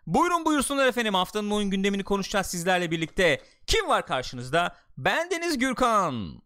Buyurun buyursunlar efendim, haftanın oyun gündemini konuşacağız sizlerle birlikte. Kim var karşınızda? Bendeniz Gürkan.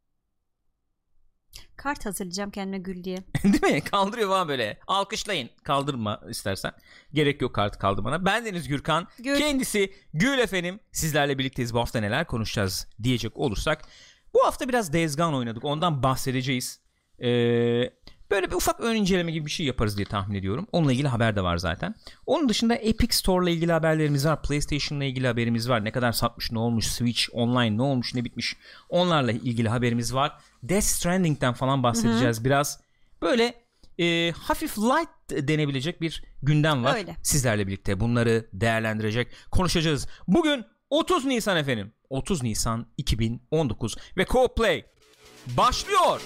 Kart hazırlayacağım kendime gül diye. Değil mi? Kaldırıyor bana böyle. Alkışlayın. Kaldırma istersen. Gerek yok kartı kaldırmana. Bendeniz Gürkan. Kendisi Gül efendim. Sizlerle birlikteyiz. Bu hafta neler konuşacağız diyecek olursak. Bu hafta biraz Days Gone oynadık. Ondan bahsedeceğiz. Böyle bir ufak ön inceleme gibi bir şey yaparız diye tahmin ediyorum. Onunla ilgili haber de var zaten. Onun dışında Epic Store'la ilgili haberlerimiz var. PlayStation'la ilgili haberimiz var. Ne kadar satmış, ne olmuş, Switch Online ne olmuş, ne bitmiş. Onlarla ilgili haberimiz var. Death Stranding'den falan bahsedeceğiz. Hı-hı. Biraz böyle hafif light denebilebilik bir gündem var. Öyle. Sizlerle birlikte bunları değerlendirecek, konuşacağız. Bugün 30 Nisan efendim. 30 Nisan 2019 ve Co-Play başlıyor.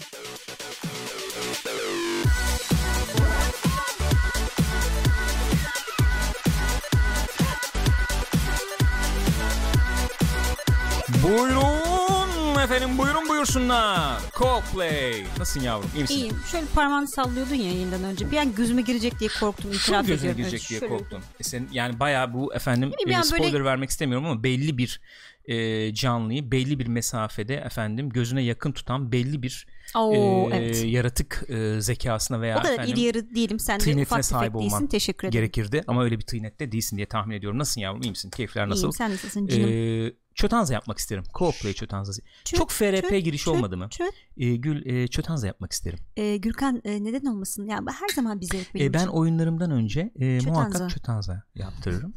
Buyurun efendim, buyurun buyursunlar. Co-Play. Nasılsın yavrum, iyi misin? İyiyim. Şöyle parmağını sallıyordun ya yayından önce. Bir an gözüme girecek diye korktum. İtiraf gözüne ediyorum. girecek diye şöyle korktun. Sen yani bayağı bu efendim spoiler böyle... vermek istemiyorum ama belli bir canlıyı belli bir mesafede efendim gözüne yakın tutan belli bir evet. yaratık zekasına veya o da efendim iri yarı değilim, sen de ufak tefek değilsin, teşekkür ederim. Gerekirdi ama öyle bir tıynette değilsin diye tahmin ediyorum. Nasılsın yavrum, iyi misin, keyifler nasıl? İyiyim, sen nasılsın canım? Çötanza yapmak isterim. Co-Play çötanzası. Çok FRP girişi olmadı mı? Gül, çötanza yapmak isterim. Gürkan, neden olmasın? Ya her zaman bir zevk benim ben için. oyunlarımdan önce muhakkak çötanza yaptırırım.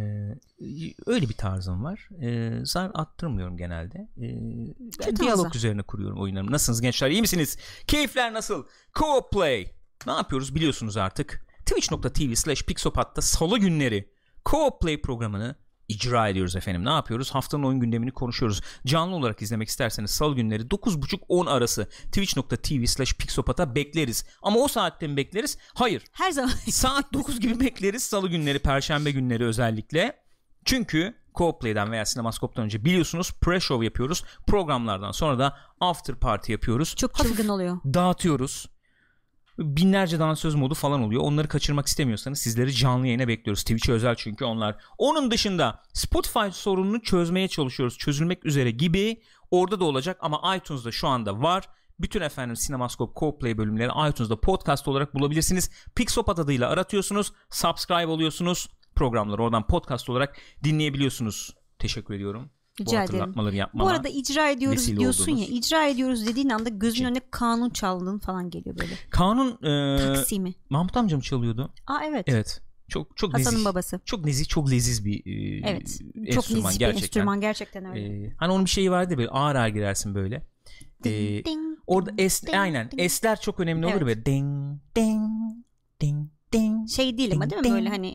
Öyle bir tarzım var. Zar attırmıyorum genelde. Diyalog üzerine kuruyorum oyunlarımı. Nasılsınız gençler? İyi misiniz? Keyifler nasıl? Co-Play. Ne yapıyoruz biliyorsunuz artık. Twitch.tv/Pixopat'ta salı günleri Co-Play programını icra ediyoruz efendim. Ne yapıyoruz? Haftanın oyun gündemini konuşuyoruz. Canlı olarak izlemek isterseniz salı günleri 9.30-10 arası Twitch.tv/Pixopat'a bekleriz. Ama o saatte mi bekleriz? Hayır. Her zaman. Saat 9 gibi bekleriz. Salı günleri, perşembe günleri özellikle. Çünkü Co-Play'den veya Sinemaskop'tan önce biliyorsunuz pre-show yapıyoruz. Programlardan sonra da after party yapıyoruz. Çok çılgın oluyor. Dağıtıyoruz. Binlerce dansöz modu falan oluyor. Onları kaçırmak istemiyorsanız sizleri canlı yayına bekliyoruz. Twitch'e özel çünkü onlar. Onun dışında Spotify sorununu çözmeye çalışıyoruz. Çözülmek üzere gibi. Orada da olacak ama iTunes'da şu anda var. Bütün efendim Sinemaskop Co-Play bölümleri iTunes'da podcast olarak bulabilirsiniz. Pixopat adıyla aratıyorsunuz. Subscribe oluyorsunuz. Programları oradan podcast olarak dinleyebiliyorsunuz. Teşekkür ediyorum. Rica bu hatırlatmaları yapmama. Bu arada icra ediyoruz diyorsun ya. İcra ediyoruz dediğin anda gözün önüne kanun çaldığın falan geliyor böyle. Kanun Taksimi. Mahmut amcam çalıyordu. Evet. Evet. Çok Hasan'ın nezih. babası. Çok nezih, çok leziz bir evet. enstrüman. Çok nezih bir enstrüman gerçekten öyle. Hani onun bir şeyi vardı böyle ağır ağır girersin böyle. Ding, ding, orada ding, aynen ding. esler çok önemli olur böyle ding ding ding. Şey değil ama değil mi böyle hani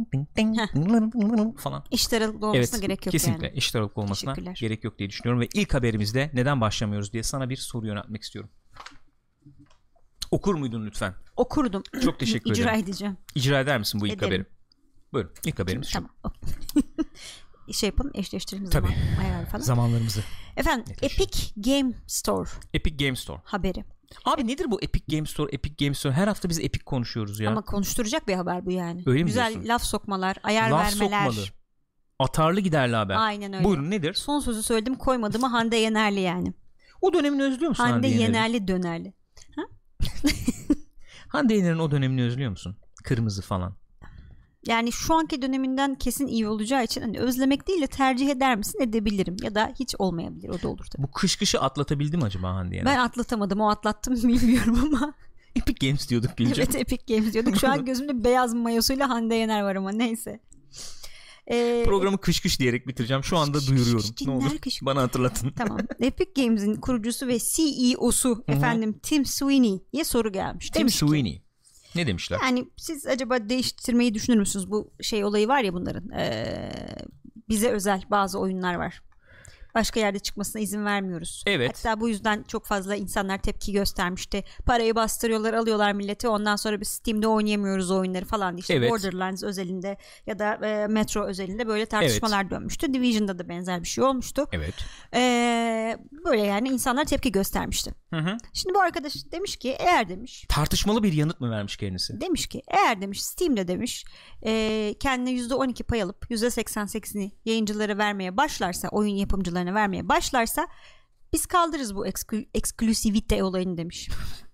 falan. İşit aralıklı olmasına gerek yok kesinlikle yani. İşit aralıklı olmasına gerek yok diye düşünüyorum ve ilk haberimizde neden başlamıyoruz diye sana bir soru yöneltmek istiyorum. Okur muydun lütfen? Okurdum. Çok teşekkür ederim. İcra edeceğim. İcra eder misin bu ilk haberi? Buyurun. İlk haberimiz tamam. Şey yapalım, eşleştirelim tabii. Falan. Zamanlarımızı. Efendim, Epic Game Store. Epic Game Store. Haberi. Abi nedir bu Epic Game Store? Epic Game Store. Her hafta biz Epic konuşuyoruz ya. Ama konuşturacak bir haber bu yani. Öyle mi güzel diyorsun? laf sokmalar, ayar laf vermeler. Sokmalı. Atarlı giderli haber. Aynen öyle. Buyurun nedir? Son sözü söyledim koymadım ama Hande Yenerli yani. O dönemini özlüyor musun Hande Yenerli dönerli. Ha? Hande Yener'in o dönemini özlüyor musun? Kırmızı falan. Yani şu anki döneminden kesin iyi olacağı için hani özlemek değil de tercih eder misin? Edebilirim ya da hiç olmayabilir, o da olur tabii. Bu kışı atlatabildi mi acaba Hande Yener? Ben atlatamadım, o atlattım bilmiyorum ama. Epic Games diyorduk Gülce. Evet, Epic Games diyorduk. Şu an gözümde beyaz mayosuyla Hande Yener var ama neyse. Programı kış diyerek bitireceğim. Şu anda duyuruyorum. Ne olur bana hatırlatın. Tamam. Epic Games'in kurucusu ve CEO'su efendim Tim Sweeney'ye soru gelmiş. Tim Sweeney. Ne demişler? Yani siz acaba değiştirmeyi düşünür müsünüz? Bu şey olayı var ya bunların. Bize özel bazı oyunlar var. başka yerde çıkmasına izin vermiyoruz. Evet. Hatta bu yüzden çok fazla insanlar tepki göstermişti. Parayı bastırıyorlar, alıyorlar milleti. Ondan sonra biz Steam'de oynayamıyoruz oyunları falan diye. İşte Evet. Borderlands özelinde ya da Metro özelinde böyle tartışmalar dönmüştü. Division'da da benzer bir şey olmuştu. Evet. Böyle yani insanlar tepki göstermişti. Hı. Şimdi bu arkadaş demiş ki eğer demiş. Tartışmalı bir yanıt mı vermiş kendisi? Demiş ki eğer demiş Steam'de demiş kendine %12 pay alıp %88'ini yayıncılara vermeye başlarsa, oyun yapımcılarına vermeye başlarsa biz kaldırırız bu eksklusivite olayını demiş.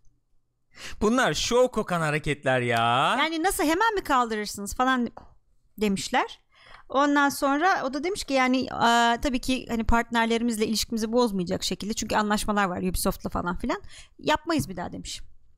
Bunlar şov kokan hareketler ya. Yani nasıl, hemen mi kaldırırsınız falan demişler. Ondan sonra o da demiş ki yani tabii ki hani partnerlerimizle ilişkimizi bozmayacak şekilde, çünkü anlaşmalar var Ubisoft'la falan filan, yapmayız bir daha demiş.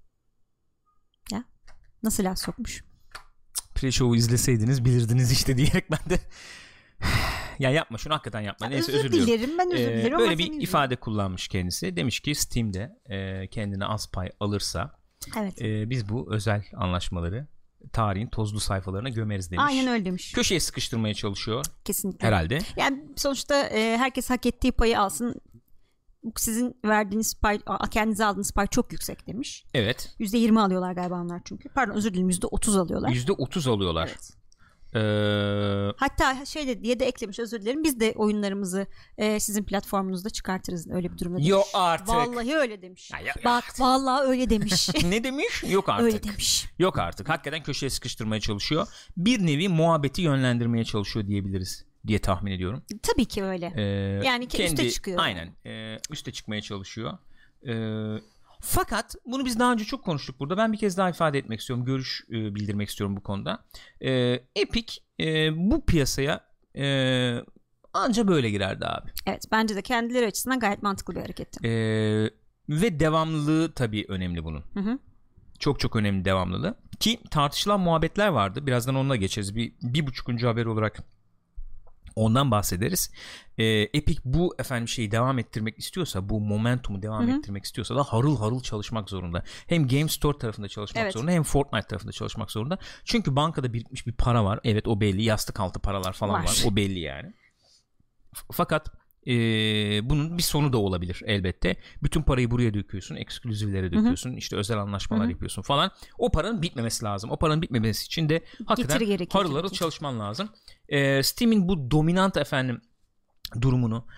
Ya nasıl laf sokmuş? Pre-show'u izleseydiniz bilirdiniz işte diyerek ben de ya yapma şunu, hakikaten yapma. Neyse, özür dilerim. Ben özür dilerim. Böyle bir ifade kullanmış kendisi. Demiş ki Steam'de kendine az pay alırsa evet. Biz bu özel anlaşmaları tarihin tozlu sayfalarına gömeriz demiş. Aynen öyle demiş. Köşeye sıkıştırmaya çalışıyor. Kesinlikle. Herhalde. Yani sonuçta herkes hak ettiği payı alsın. Sizin verdiğiniz pay, kendinize aldığınız pay çok yüksek demiş. Evet. %20 alıyorlar galiba onlar çünkü. Pardon, özür dilerim, %30 alıyorlar. %30 alıyorlar. Evet. Hatta diye de eklemiş, özür dilerim, biz de oyunlarımızı sizin platformunuzda çıkartırız öyle bir durumda demiş. Yok artık. Vallahi öyle demiş. Ya Bak artık. Vallahi öyle demiş. Ne demiş? Yok artık. Öyle demiş. Yok artık. Hakikaten köşeye sıkıştırmaya çalışıyor. Bir nevi muhabbeti yönlendirmeye çalışıyor diyebiliriz diye tahmin ediyorum. Tabii ki öyle. Yani üste çıkıyor. Aynen. Üste çıkmaya çalışıyor. Fakat bunu biz daha önce çok konuştuk burada. Ben bir kez daha ifade etmek istiyorum. Görüş bildirmek istiyorum bu konuda. Epic bu piyasaya anca böyle girerdi abi. Evet, bence de kendileri açısından gayet mantıklı bir hareketti. Ve devamlılığı tabii önemli bunun. Hı. Çok çok önemli devamlılığı. Ki tartışılan muhabbetler vardı. Birazdan onunla geçeriz. Bir buçukuncu haber olarak ondan bahsederiz. Epic bu şeyi devam ettirmek istiyorsa, bu momentumu devam ettirmek istiyorsa da harıl harıl çalışmak zorunda. Hem Game Store tarafında çalışmak zorunda, hem Fortnite tarafında çalışmak zorunda. Çünkü bankada birikmiş bir para var. Evet, o belli. Yastık altı paralar falan var. O belli yani. Fakat bunun bir sonu da olabilir elbette. Bütün parayı buraya döküyorsun, ekskluzivlere döküyorsun, işte özel anlaşmalar yapıyorsun falan. O paranın bitmemesi lazım. O paranın bitmemesi için de hakikaten harıl harıl çalışman lazım. Steam'in bu dominant durumunu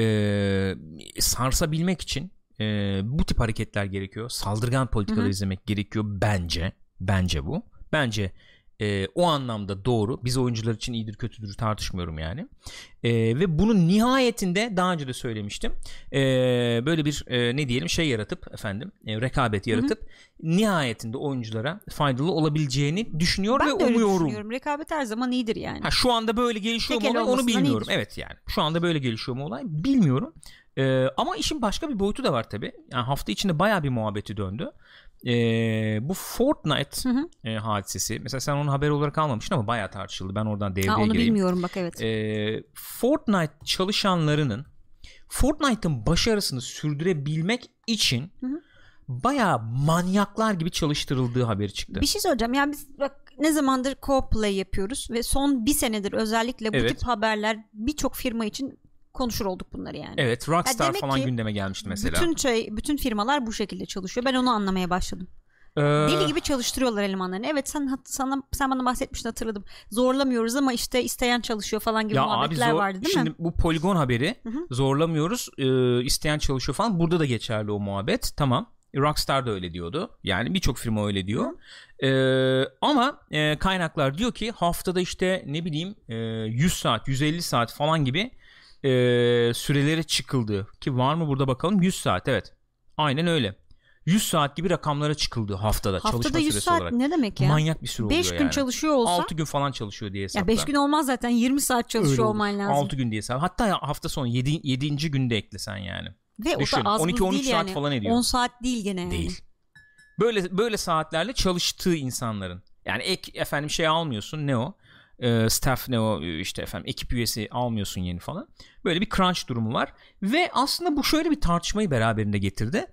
sarsabilmek için bu tip hareketler gerekiyor. Saldırgan politikalar izlemek gerekiyor bence. Bence bu. Bence o anlamda doğru. Biz oyuncular için iyidir kötüdür tartışmıyorum yani. Ve bunun nihayetinde daha önce de söylemiştim. Böyle bir ne diyelim yaratıp rekabet yaratıp nihayetinde oyunculara faydalı olabileceğini düşünüyor ve umuyorum. Ben de öyle düşünüyorum. Rekabet her zaman iyidir yani. Şu anda böyle gelişiyor mu olay onu bilmiyorum. İyidir. Evet yani. Şu anda böyle gelişiyor mu olay bilmiyorum. Ama işin başka bir boyutu da var tabii. Yani hafta içinde bayağı bir muhabbeti döndü. Bu Fortnite hadisesi, mesela sen onun haber olarak almamıştın ama bayağı tartışıldı. Ben oradan devreye gireyim. Onu bilmiyorum bak, evet. Fortnite çalışanlarının Fortnite'ın başarısını sürdürebilmek için bayağı manyaklar gibi çalıştırıldığı haberi çıktı. Bir şey söyleyeceğim. Yani biz bak ne zamandır co-play yapıyoruz ve son bir senedir özellikle bu tip haberler birçok firma için konuşur olduk bunları yani. Evet, Rockstar falan gündeme gelmişti mesela. Bütün firmalar bu şekilde çalışıyor. Ben onu anlamaya başladım. Deli gibi çalıştırıyorlar elemanlarını. Evet, sen bana bahsetmiştin, hatırladım. Zorlamıyoruz ama işte isteyen çalışıyor falan gibi muhabbetler vardı değil mi? Şimdi bu Polygon haberi zorlamıyoruz, isteyen çalışıyor falan. Burada da geçerli o muhabbet. Tamam. Rockstar da öyle diyordu. Yani birçok firma öyle diyor. Ama kaynaklar diyor ki haftada işte ne bileyim 100 saat, 150 saat falan gibi sürelere çıkıldı. Ki var mı burada bakalım? 100 saat, evet. Aynen öyle. 100 saat gibi rakamlara çıkıldı haftada çalışma 100 süresi saat olarak. Ne demek ya? Manyak bir süre oluyor 5 yani. 5 gün çalışıyor olsa 6 gün falan çalışıyor diye hesapla. Ya 5 gün olmaz zaten, 20 saat çalışıyor olman lazım. 6 gün diye hesapla. Hatta hafta sonu 7. günde eklesen yani. Ve düşün, o da az 12-13 değil saat yani. falan ediyor. 10 saat değil gene yani. Değil. Böyle saatlerle çalıştığı insanların. Yani ek almıyorsun, ne o? Staff ne o, işte ekip üyesi almıyorsun yeni falan. Böyle bir crunch durumu var ve aslında bu şöyle bir tartışmayı beraberinde getirdi.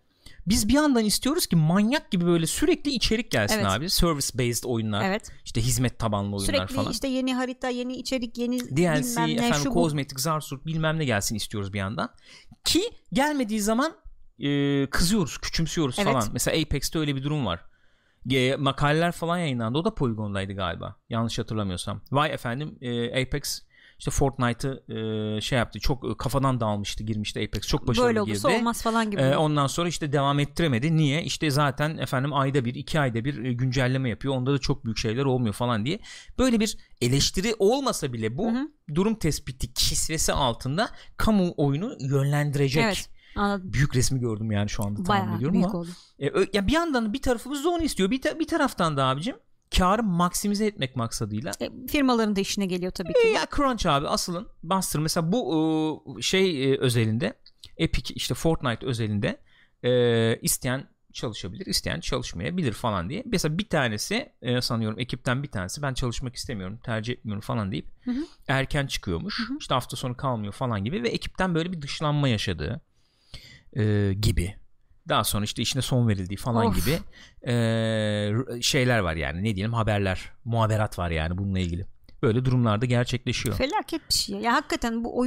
Biz bir yandan istiyoruz ki manyak gibi böyle sürekli içerik gelsin Evet. abi. Service based oyunlar. Evet. İşte hizmet tabanlı oyunlar Sürekli falan. işte yeni harita, yeni içerik, yeni DLC, bilmem ne, efendim şu bu. kozmetik, zarsurt bilmem ne gelsin istiyoruz bir yandan. Ki gelmediği zaman kızıyoruz, küçümsüyoruz Evet. falan. Mesela Apex'te öyle bir durum var. Makaleler falan yayınlandı. O da Polygon'daydı galiba. Yanlış hatırlamıyorsam. Vay efendim Apex işte Fortnite'ı şey yaptı. Çok kafadan dağılmıştı, girmişti Apex. Çok başarılı Böyle girdi. olursa olmaz falan gibi. Ondan sonra işte devam ettiremedi. Niye? İşte zaten efendim ayda bir, 2 ayda bir güncelleme yapıyor. Onda da çok büyük şeyler olmuyor falan diye. Böyle bir eleştiri olmasa bile bu durum tespiti kisvesi altında kamu oyunu yönlendirecek. Evet. Anladım. Büyük resmi gördüm yani şu anda tahmin Bayağı ediyorum büyük ama. oldu. Ya bir yandan bir tarafımız da onu istiyor. Bir taraftan da abicim karı maksimize etmek maksadıyla. Firmaların da işine geliyor tabii ki. Ya Crunch abi asılın bastır. Mesela bu özelinde Epic işte Fortnite özelinde isteyen çalışabilir, isteyen çalışmayabilir falan diye. Mesela bir tanesi sanıyorum ekipten bir tanesi ben çalışmak istemiyorum, tercih etmiyorum falan deyip erken çıkıyormuş. İşte hafta sonu kalmıyor falan gibi ve ekipten böyle bir dışlanma yaşadığı gibi. Daha sonra işte işine son verildiği falan gibi şeyler var yani, ne diyelim, haberler, muhaberat var yani bununla ilgili. Böyle durumlarda gerçekleşiyor. Felaket bir şey. Ya hakikaten bu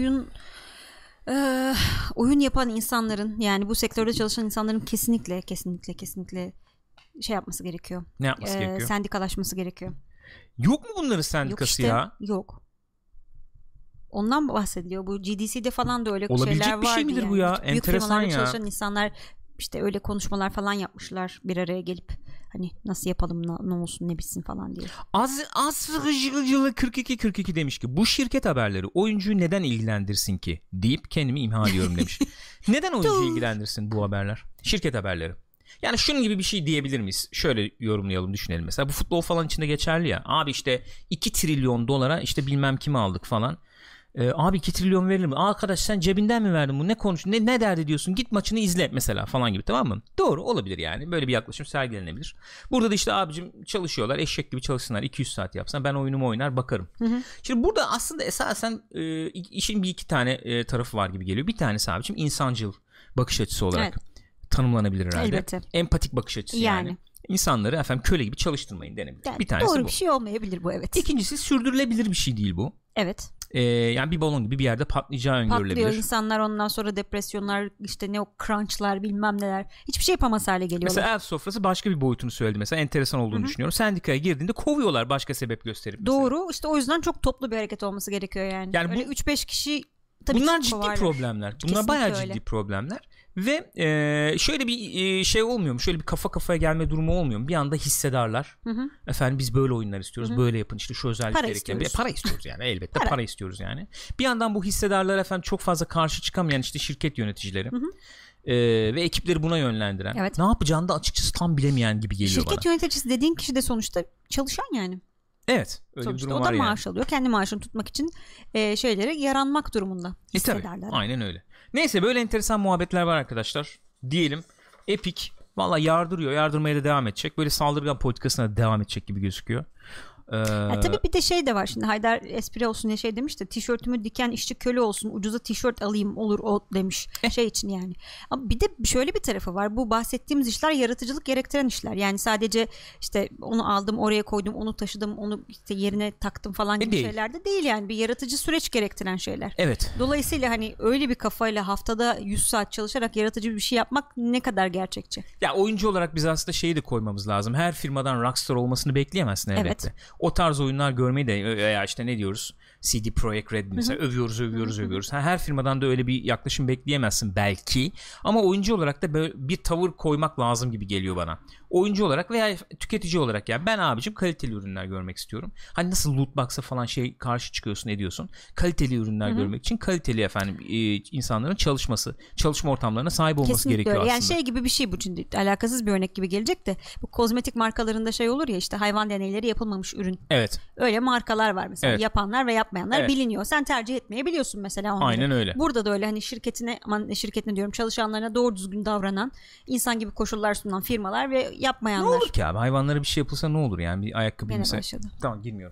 oyun yapan insanların, yani bu sektörde çalışan insanların kesinlikle şey yapması gerekiyor. Ne yapması gerekiyor? Sendikalaşması gerekiyor. Yok mu bunların sendikası ya? Yok. Ondan bahsediliyor. Bu GDC'de falan da öyle olabilecek şeyler var. Olabilecek bir şey midir bu ya? Büyük Enteresan firmalarda ya. çalışan insanlar işte öyle konuşmalar falan yapmışlar bir araya gelip, hani nasıl yapalım, ne olsun, ne bitsin falan diye. Az 42 demiş ki bu şirket haberleri oyuncuyu neden ilgilendirsin ki deyip kendimi imha ediyorum demiş. Neden oyuncuyu ilgilendirsin bu haberler? Şirket haberleri. Yani şunun gibi bir şey diyebilir miyiz? Şöyle yorumlayalım, düşünelim. Mesela bu futbol falan içinde geçerli ya. Abi işte 2 trilyon dolara işte bilmem kimi aldık falan. Abi 2 trilyon verilir mi? Arkadaş sen cebinden mi verdin bu? Ne konuş? Ne derdi diyorsun? Git maçını izle mesela falan gibi, tamam mı? Doğru, olabilir yani. Böyle bir yaklaşım sergilenebilir. Burada da işte abicim çalışıyorlar. Eşek gibi çalışsınlar. 200 saat yapsın. Ben oyunumu oynar bakarım. Şimdi burada aslında esasen işin bir iki tane tarafı var gibi geliyor. Bir tanesi abicim insancıl bakış açısı olarak tanımlanabilir herhalde. Elbette. Empatik bakış açısı yani. İnsanları efendim köle gibi çalıştırmayın denebilir. Yani bir tanesi doğru bu. bir şey olmayabilir bu, evet. İkincisi sürdürülebilir bir şey değil bu. Evet. Yani bir balon gibi bir yerde patlayacağı öngörülebilir. Patlıyor insanlar, ondan sonra depresyonlar, işte ne o crunchlar bilmem neler. Hiçbir şey yapamaz hale geliyorlar. Mesela elf sofrası başka bir boyutunu söyledi mesela, enteresan olduğunu düşünüyorum. Sendikaya girdiğinde kovuyorlar başka sebep gösterip mesela. Doğru, işte o yüzden çok toplu bir hareket olması gerekiyor yani. Yani öyle 3-5 kişi tabii bunlar ki ciddi kovarlar. problemler. Bunlar Kesinlikle bayağı öyle. ciddi problemler. Ve şöyle bir şey olmuyor mu? Şöyle bir kafa kafaya gelme durumu olmuyor mu? Bir anda hissedarlar. Efendim biz böyle oyunlar istiyoruz. Böyle yapın işte, şu özellikleri ekleyin. Para istiyoruz yani, elbette para istiyoruz yani. Bir yandan bu hissedarlar efendim çok fazla karşı çıkamayan işte şirket yöneticileri. Ve ekipleri buna yönlendiren. Ne yapacağını da açıkçası tam bilemeyen gibi geliyor bana. Şirket yöneticisi dediğin kişi de sonuçta çalışan yani. Evet. Öyle sonuçta bir durum o da var maaş yani. alıyor. Kendi maaşını tutmak için şeylere yaranmak durumunda. Tabii. Aynen öyle. Neyse, böyle enteresan muhabbetler var arkadaşlar. Diyelim Epic valla yardırıyor. Yardırmaya da devam edecek. Böyle saldırgan politikasına da devam edecek gibi gözüküyor. Tabii bir de şey de var şimdi, Haydar espri olsun diye şey demiş de, tişörtümü diken işçi köle olsun, ucuza tişört alayım olur o demiş şey için yani. Ama bir de şöyle bir tarafı var, bu bahsettiğimiz işler yaratıcılık gerektiren işler yani, sadece işte onu aldım oraya koydum, onu taşıdım, onu işte yerine taktım falan gibi şeyler de değil yani, bir yaratıcı süreç gerektiren şeyler. Evet. Dolayısıyla hani öyle bir kafayla haftada 100 saat çalışarak yaratıcı bir şey yapmak ne kadar gerçekçi? Ya oyuncu olarak biz aslında şeyi de koymamız lazım. Her firmadan Rockstar olmasını bekleyemezsin elbette. Evet. O tarz oyunlar görmeyi de, veya işte ne diyoruz, CD Projekt Red mesela, övüyoruz. Her firmadan da öyle bir yaklaşım bekleyemezsin belki, ama oyuncu olarak da böyle bir tavır koymak lazım gibi geliyor bana. Oyuncu olarak veya tüketici olarak, ya ben abicim kaliteli ürünler görmek istiyorum. Hani nasıl lootbox'a falan şey karşı çıkıyorsun ediyorsun. Kaliteli ürünler görmek için kaliteli efendim insanların çalışma ortamlarına sahip olması kesinlikle gerekiyor öyle. aslında. Yani şey gibi bir şey bu, şimdi alakasız bir örnek gibi gelecek de, bu kozmetik markalarında şey olur ya, işte hayvan deneyleri yapılmamış ürün. Evet. Öyle markalar var mesela, yapanlar ve yapmayanlar biliniyor. Sen tercih etmeyebiliyorsun mesela onları. Aynen öyle. Burada da öyle, hani şirketine diyorum, çalışanlarına doğru düzgün davranan, insan gibi koşullar sunan firmalar ve yapmayanlar. Ne olur ki abi, hayvanlara bir şey yapılsa ne olur yani, bir ayakkabı Yine mesela. başladı. Tamam, girmiyorum.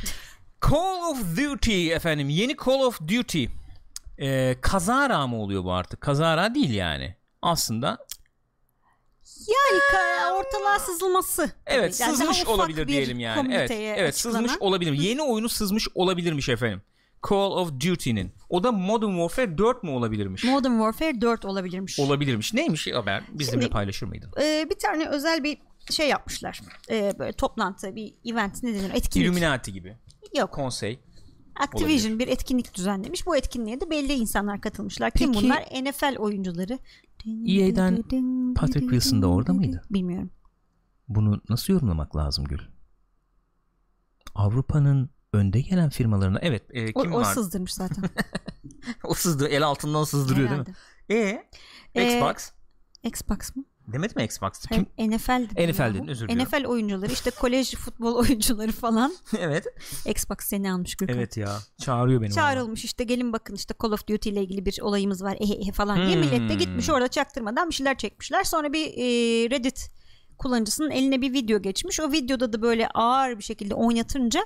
Call of Duty efendim, yeni Call of Duty kazara mı oluyor bu artık? Kazara değil yani aslında. Yani ortalığa sızılması. Evet, yani sızmış olabilir diyelim yani. Evet, sızmış olabilir. Yeni oyunu sızmış olabilirmiş efendim. Call of Duty'nin. O da Modern Warfare 4 mu olabilirmiş? Modern Warfare 4 olabilirmiş. Olabilirmiş. Neymiş haber? Bizimle paylaşır mıydın? Bir tane özel bir şey yapmışlar. Böyle toplantı, bir event, ne denir? Etkinlik. Illuminati gibi. Yok. Konsey. Activision olabilir. Bir etkinlik düzenlemiş. Bu etkinliğe de belli insanlar katılmışlar. Kim Peki, bunlar? NFL oyuncuları. EA'den Patrick Wilson da orada mıydı? Bilmiyorum. Bunu nasıl yorumlamak lazım Gül? Avrupa'nın önde gelen firmalarına kim var? O sızdırmış zaten. O sızdı. El altından sızdırıyor herhalde. Değil mi? Xbox. Xbox mı? Demedim mi Xbox? Kim? NFL dedin, özür diliyorum. NFL oyuncuları, işte kolej futbol oyuncuları falan. Evet. Xbox seni almış Gürkan. Evet ya. Çağırıyor beni. Çağrılmış işte, gelin bakın işte Call of Duty ile ilgili bir olayımız var falan diye millet de gitmiş orada çaktırmadan bir şeyler çekmişler. Sonra bir Reddit kullanıcısının eline bir video geçmiş. O videoda da böyle ağır bir şekilde oynatınca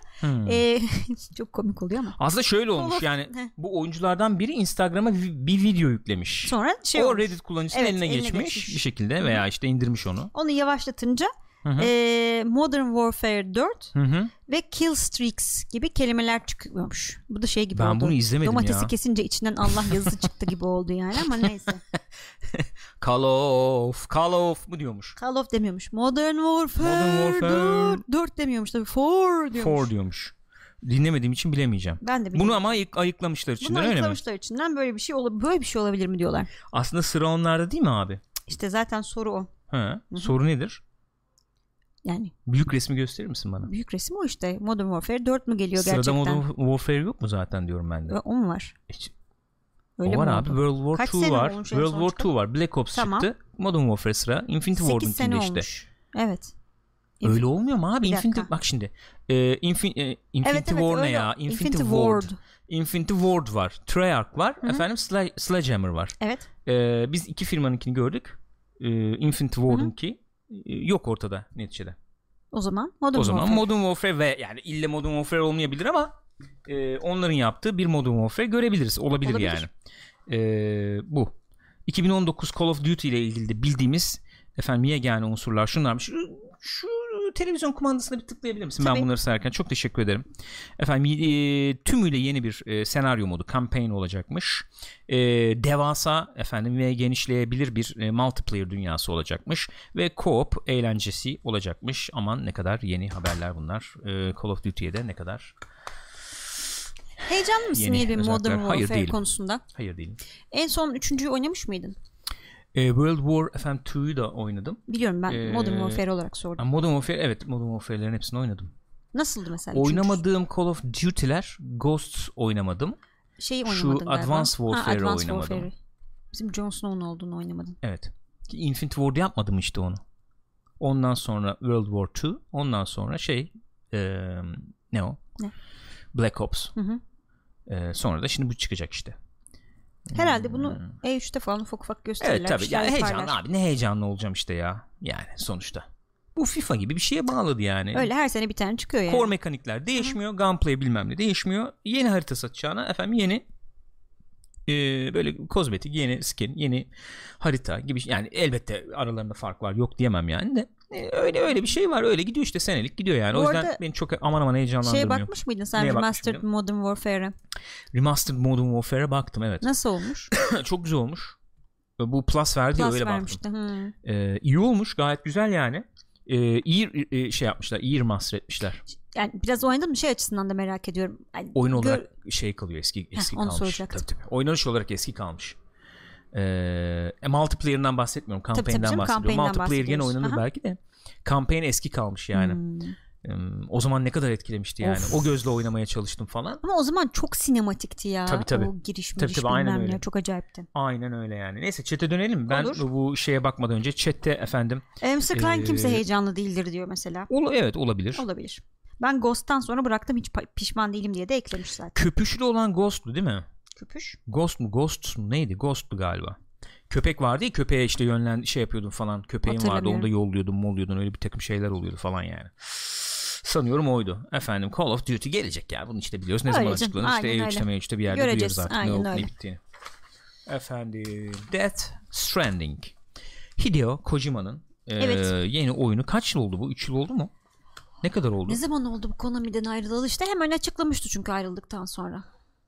çok komik oluyor ama. Aslında şöyle olmuş yani bu oyunculardan biri Instagram'a bir video yüklemiş. Sonra o olmuş. Reddit kullanıcısının eline geçmiş bir şekilde veya işte indirmiş onu. Onu yavaşlatınca Modern Warfare 4 ve Kill Streaks gibi kelimeler çıkıyormuş. Bu da şey gibi oldu. Ben bunu izlemedim. Domatesi ya. kesince içinden Allah yazısı çıktı gibi oldu yani, ama neyse. Call of mu diyormuş? Call of demiyormuş. Modern Warfare 4 demiyormuş tabii. 4 diyormuş. Dinlemediğim için bilemeyeceğim. Ben de bilmiyorum. Bunu ama ayıklamışlar içinden, öyle mi? Ayıklamışlar içinden böyle bir şey olabilir mi diyorlar. Aslında sıra onlarda değil mi abi? İşte zaten soru o. Soru nedir? Yani büyük resmi gösterir misin bana? Büyük resim o işte. Modern Warfare 4 mü geliyor Sırada gerçekten? Sırada Modern Warfare yok mu zaten diyorum ben de. O mu var? Öyle o var abi. World War Kaç 2 var. World War 2 var. Black Ops çıktı. Modern Warfare sıra. Infinity Ward'un içinde işte. 8 sene olmuş. Evet. Öyle olmuyor mu abi? Bak şimdi. Infinity War ne ya? Infinity Ward. Infinity Ward var. Treyarch var. Efendim Sledgehammer var. Evet. Biz iki firmanınkini gördük. Infinity Ward'unki yok ortada neticede. O zaman Modern Warfare ve yani ille Modern Warfare olmayabilir ama onların yaptığı bir Modern Warfare görebiliriz. Olabilir. Yani. Bu. 2019 Call of Duty ile ilgili de bildiğimiz yegane unsurlar şunlarmış. Şu televizyon kumandasına bir tıklayabilir misin? Tabii. Ben bunları sayarken çok teşekkür ederim. Tümüyle yeni bir senaryo modu, campaign olacakmış. Devasa ve genişleyebilir bir multiplayer dünyası olacakmış ve co-op eğlencesi olacakmış. Aman ne kadar yeni haberler bunlar. Call of Duty'ye de ne kadar heyecanlı mısın yeni Modern Warfare konusunda? Hayır değilim. En son 3.'yü oynamış mıydın? World War 2'yu da oynadım. Biliyorum, ben Modern Warfare olarak sordum. Modern Warfare'lerin hepsini oynadım. Nasıldı mesela? Oynamadığım Call of Duty'ler, Ghosts oynamadım. Oynamadın galiba. Advanced Warfare'ı oynamadım. Warfare. Bizim Jon Snow'un olduğunu oynamadın. Evet. Infinity Ward yapmadım işte onu. Ondan sonra World War 2, ondan sonra ne o? Ne? Black Ops. Sonra da şimdi bu çıkacak işte. Herhalde bunu E3'te falan ufak gösterirler. Evet tabii. Ya heyecanlı abi. Ne heyecanlı olacağım işte ya. Yani sonuçta. Bu FIFA gibi bir şeye bağladı yani. Öyle her sene bir tane çıkıyor yani. Core mekanikler değişmiyor. Gunplay bilmem ne değişmiyor. Yeni harita satacağına yeni böyle kozmetik, yeni skin, yeni harita gibi. Yani elbette aralarında fark var. Yok diyemem yani de. Öyle bir şey var. Öyle gidiyor işte, senelik gidiyor yani. O yüzden beni çok aman heyecanlandırmıyor. Bakmış mıydın sen Remastered Modern Warfare'a? Remastered Modern Warfare'a baktım, evet. Nasıl olmuş? Çok güzel olmuş. Bu Plus verdi, öyle baktım. İyi olmuş, gayet güzel yani. İyi yapmışlar, iyi remaster etmişler. Yani biraz oynadın mı açısından da merak ediyorum. Yani oyun olarak kalıyor, eski onu kalmış. Soracaktım. Tabii. Oynanış olarak eski kalmış. Multiplayer'dan bahsetmiyorum, campaign'den bahsediyorum. Multiplayer gene oynanır belki de. Campaign eski kalmış yani. O zaman ne kadar etkilemişti yani. O gözle oynamaya çalıştım falan. Ama o zaman çok sinematikti ya. Tabii. O giriş bilmem ne. Çok acayipti. Aynen öyle yani. Neyse chat'e dönelim. Ben bu şeye bakmadan önce chat'te Mr. Klein kimse heyecanlı değildir diyor mesela. Evet, olabilir. Olabilir. Ben Ghost'tan sonra bıraktım, hiç pişman değilim diye de eklemiş zaten. Köpüşlü olan Ghost'lu değil mi? Köpüş? Ghost mu neydi? Ghost'lu galiba. Köpek vardı ya, köpeğe işte yapıyordun falan. Köpeğin vardı, onu da yolluyordun. Öyle bir takım şeyler oluyordu falan yani. Sanıyorum oydu. Call of Duty gelecek ya. Bunu işte biliyoruz. Ne zaman açıklanır? İşte E3'te bir yerde duyuyoruz artık ne bittiğini. Death Stranding. Hideo Kojima'nın Evet. Yeni oyunu kaç yıl oldu bu? 3 yıl oldu mu? Ne kadar oldu? Ne zaman oldu bu Konami'den ayrılalı işte? Hemen açıklamıştı çünkü ayrıldıktan sonra.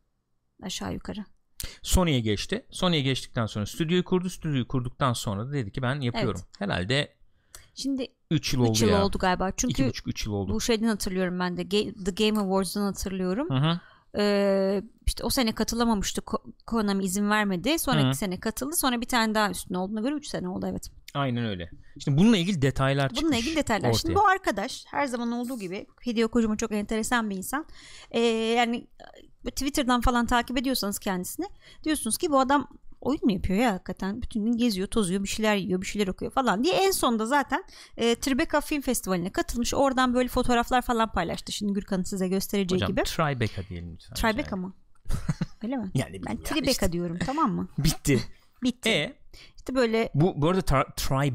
Aşağı yukarı. Sony'ye geçti. Sony'ye geçtikten sonra stüdyoyu kurdu. Stüdyoyu kurduktan sonra da dedi ki ben yapıyorum. Evet. Herhalde şimdi 3 yıl oldu 3 yıl oldu galiba. Çünkü 2,5-3 yıl oldu. Bu şeyden hatırlıyorum ben de. The Game Awards'dan hatırlıyorum. Hı. İşte o sene katılamamıştı. Konami izin vermedi. Sonraki sene katıldı. Sonra bir tane daha üstüne olduğuna göre 3 sene oldu evet. Aynen öyle. Şimdi bununla ilgili detaylar çıkmış. Bununla ilgili detaylar. Ortaya. Şimdi bu arkadaş her zaman olduğu gibi Hideo Kojima çok enteresan bir insan. Yani Twitter'dan falan takip ediyorsanız kendisini diyorsunuz ki bu adam oyun mu yapıyor ya hakikaten? Bütün gün geziyor, tozuyor, bir şeyler yiyor, bir şeyler okuyor falan diye. En sonunda zaten Tribeca Film Festivali'ne katılmış. Oradan böyle fotoğraflar falan paylaştı. Şimdi Gürkan'ın size göstereceği hocam, gibi. Hocam Tribeca diyelim lütfen. Tribeca mı? Öyle mi? Yani ben Tribeca işte diyorum, tamam mı? Bitti. İşte böyle. Bu arada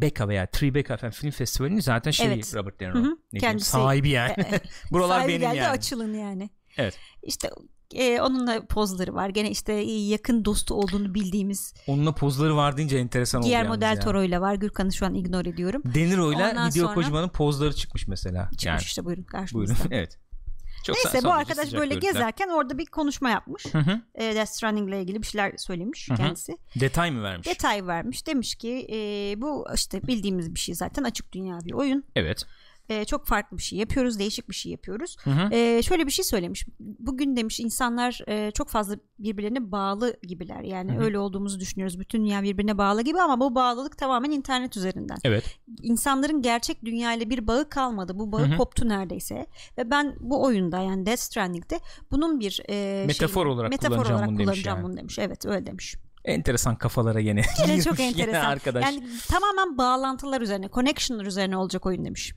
Tribeca Film Festivali'nin zaten evet. Robert De Niro. Kendisi sahibi yani. Buralar sahibi benim geldi, yani. Açılın yani. Evet. İşte onunla pozları var. Gene işte yakın dostu olduğunu bildiğimiz. Onunla pozları var deyince enteresan oldu Guillermo del Toro'yla var. Gürkan'ı şu an ignore ediyorum. De Niro'yla Hideo Kojima'nın pozları çıkmış mesela. Çıkmış yani. İşte buyurun karşınızda. Buyurun evet. Çok neyse bu arkadaş böyle gezerken orada bir konuşma yapmış. Death Stranding ile ilgili bir şeyler söylemiş kendisi. Detay mı vermiş? Detay vermiş. Demiş ki bu işte bildiğimiz bir şey zaten, açık dünya bir oyun. Evet. Çok farklı bir şey yapıyoruz, değişik bir şey yapıyoruz. Şöyle bir şey söylemiş. Bugün demiş insanlar çok fazla birbirlerine bağlı gibiler. Yani öyle olduğumuzu düşünüyoruz. Bütün dünya birbirine bağlı gibi ama bu bağlılık tamamen internet üzerinden. Evet. İnsanların gerçek dünyayla bir bağı kalmadı. Bu bağı koptu neredeyse. Ve ben bu oyunda yani Death Stranding'de bunun bir metafor olarak kullanacağım bunu demiş. Evet öyle demiş. Enteresan kafalara yine çok enteresan. Arkadaş. Yani tamamen bağlantılar üzerine, connection'lar üzerine olacak oyun demiş.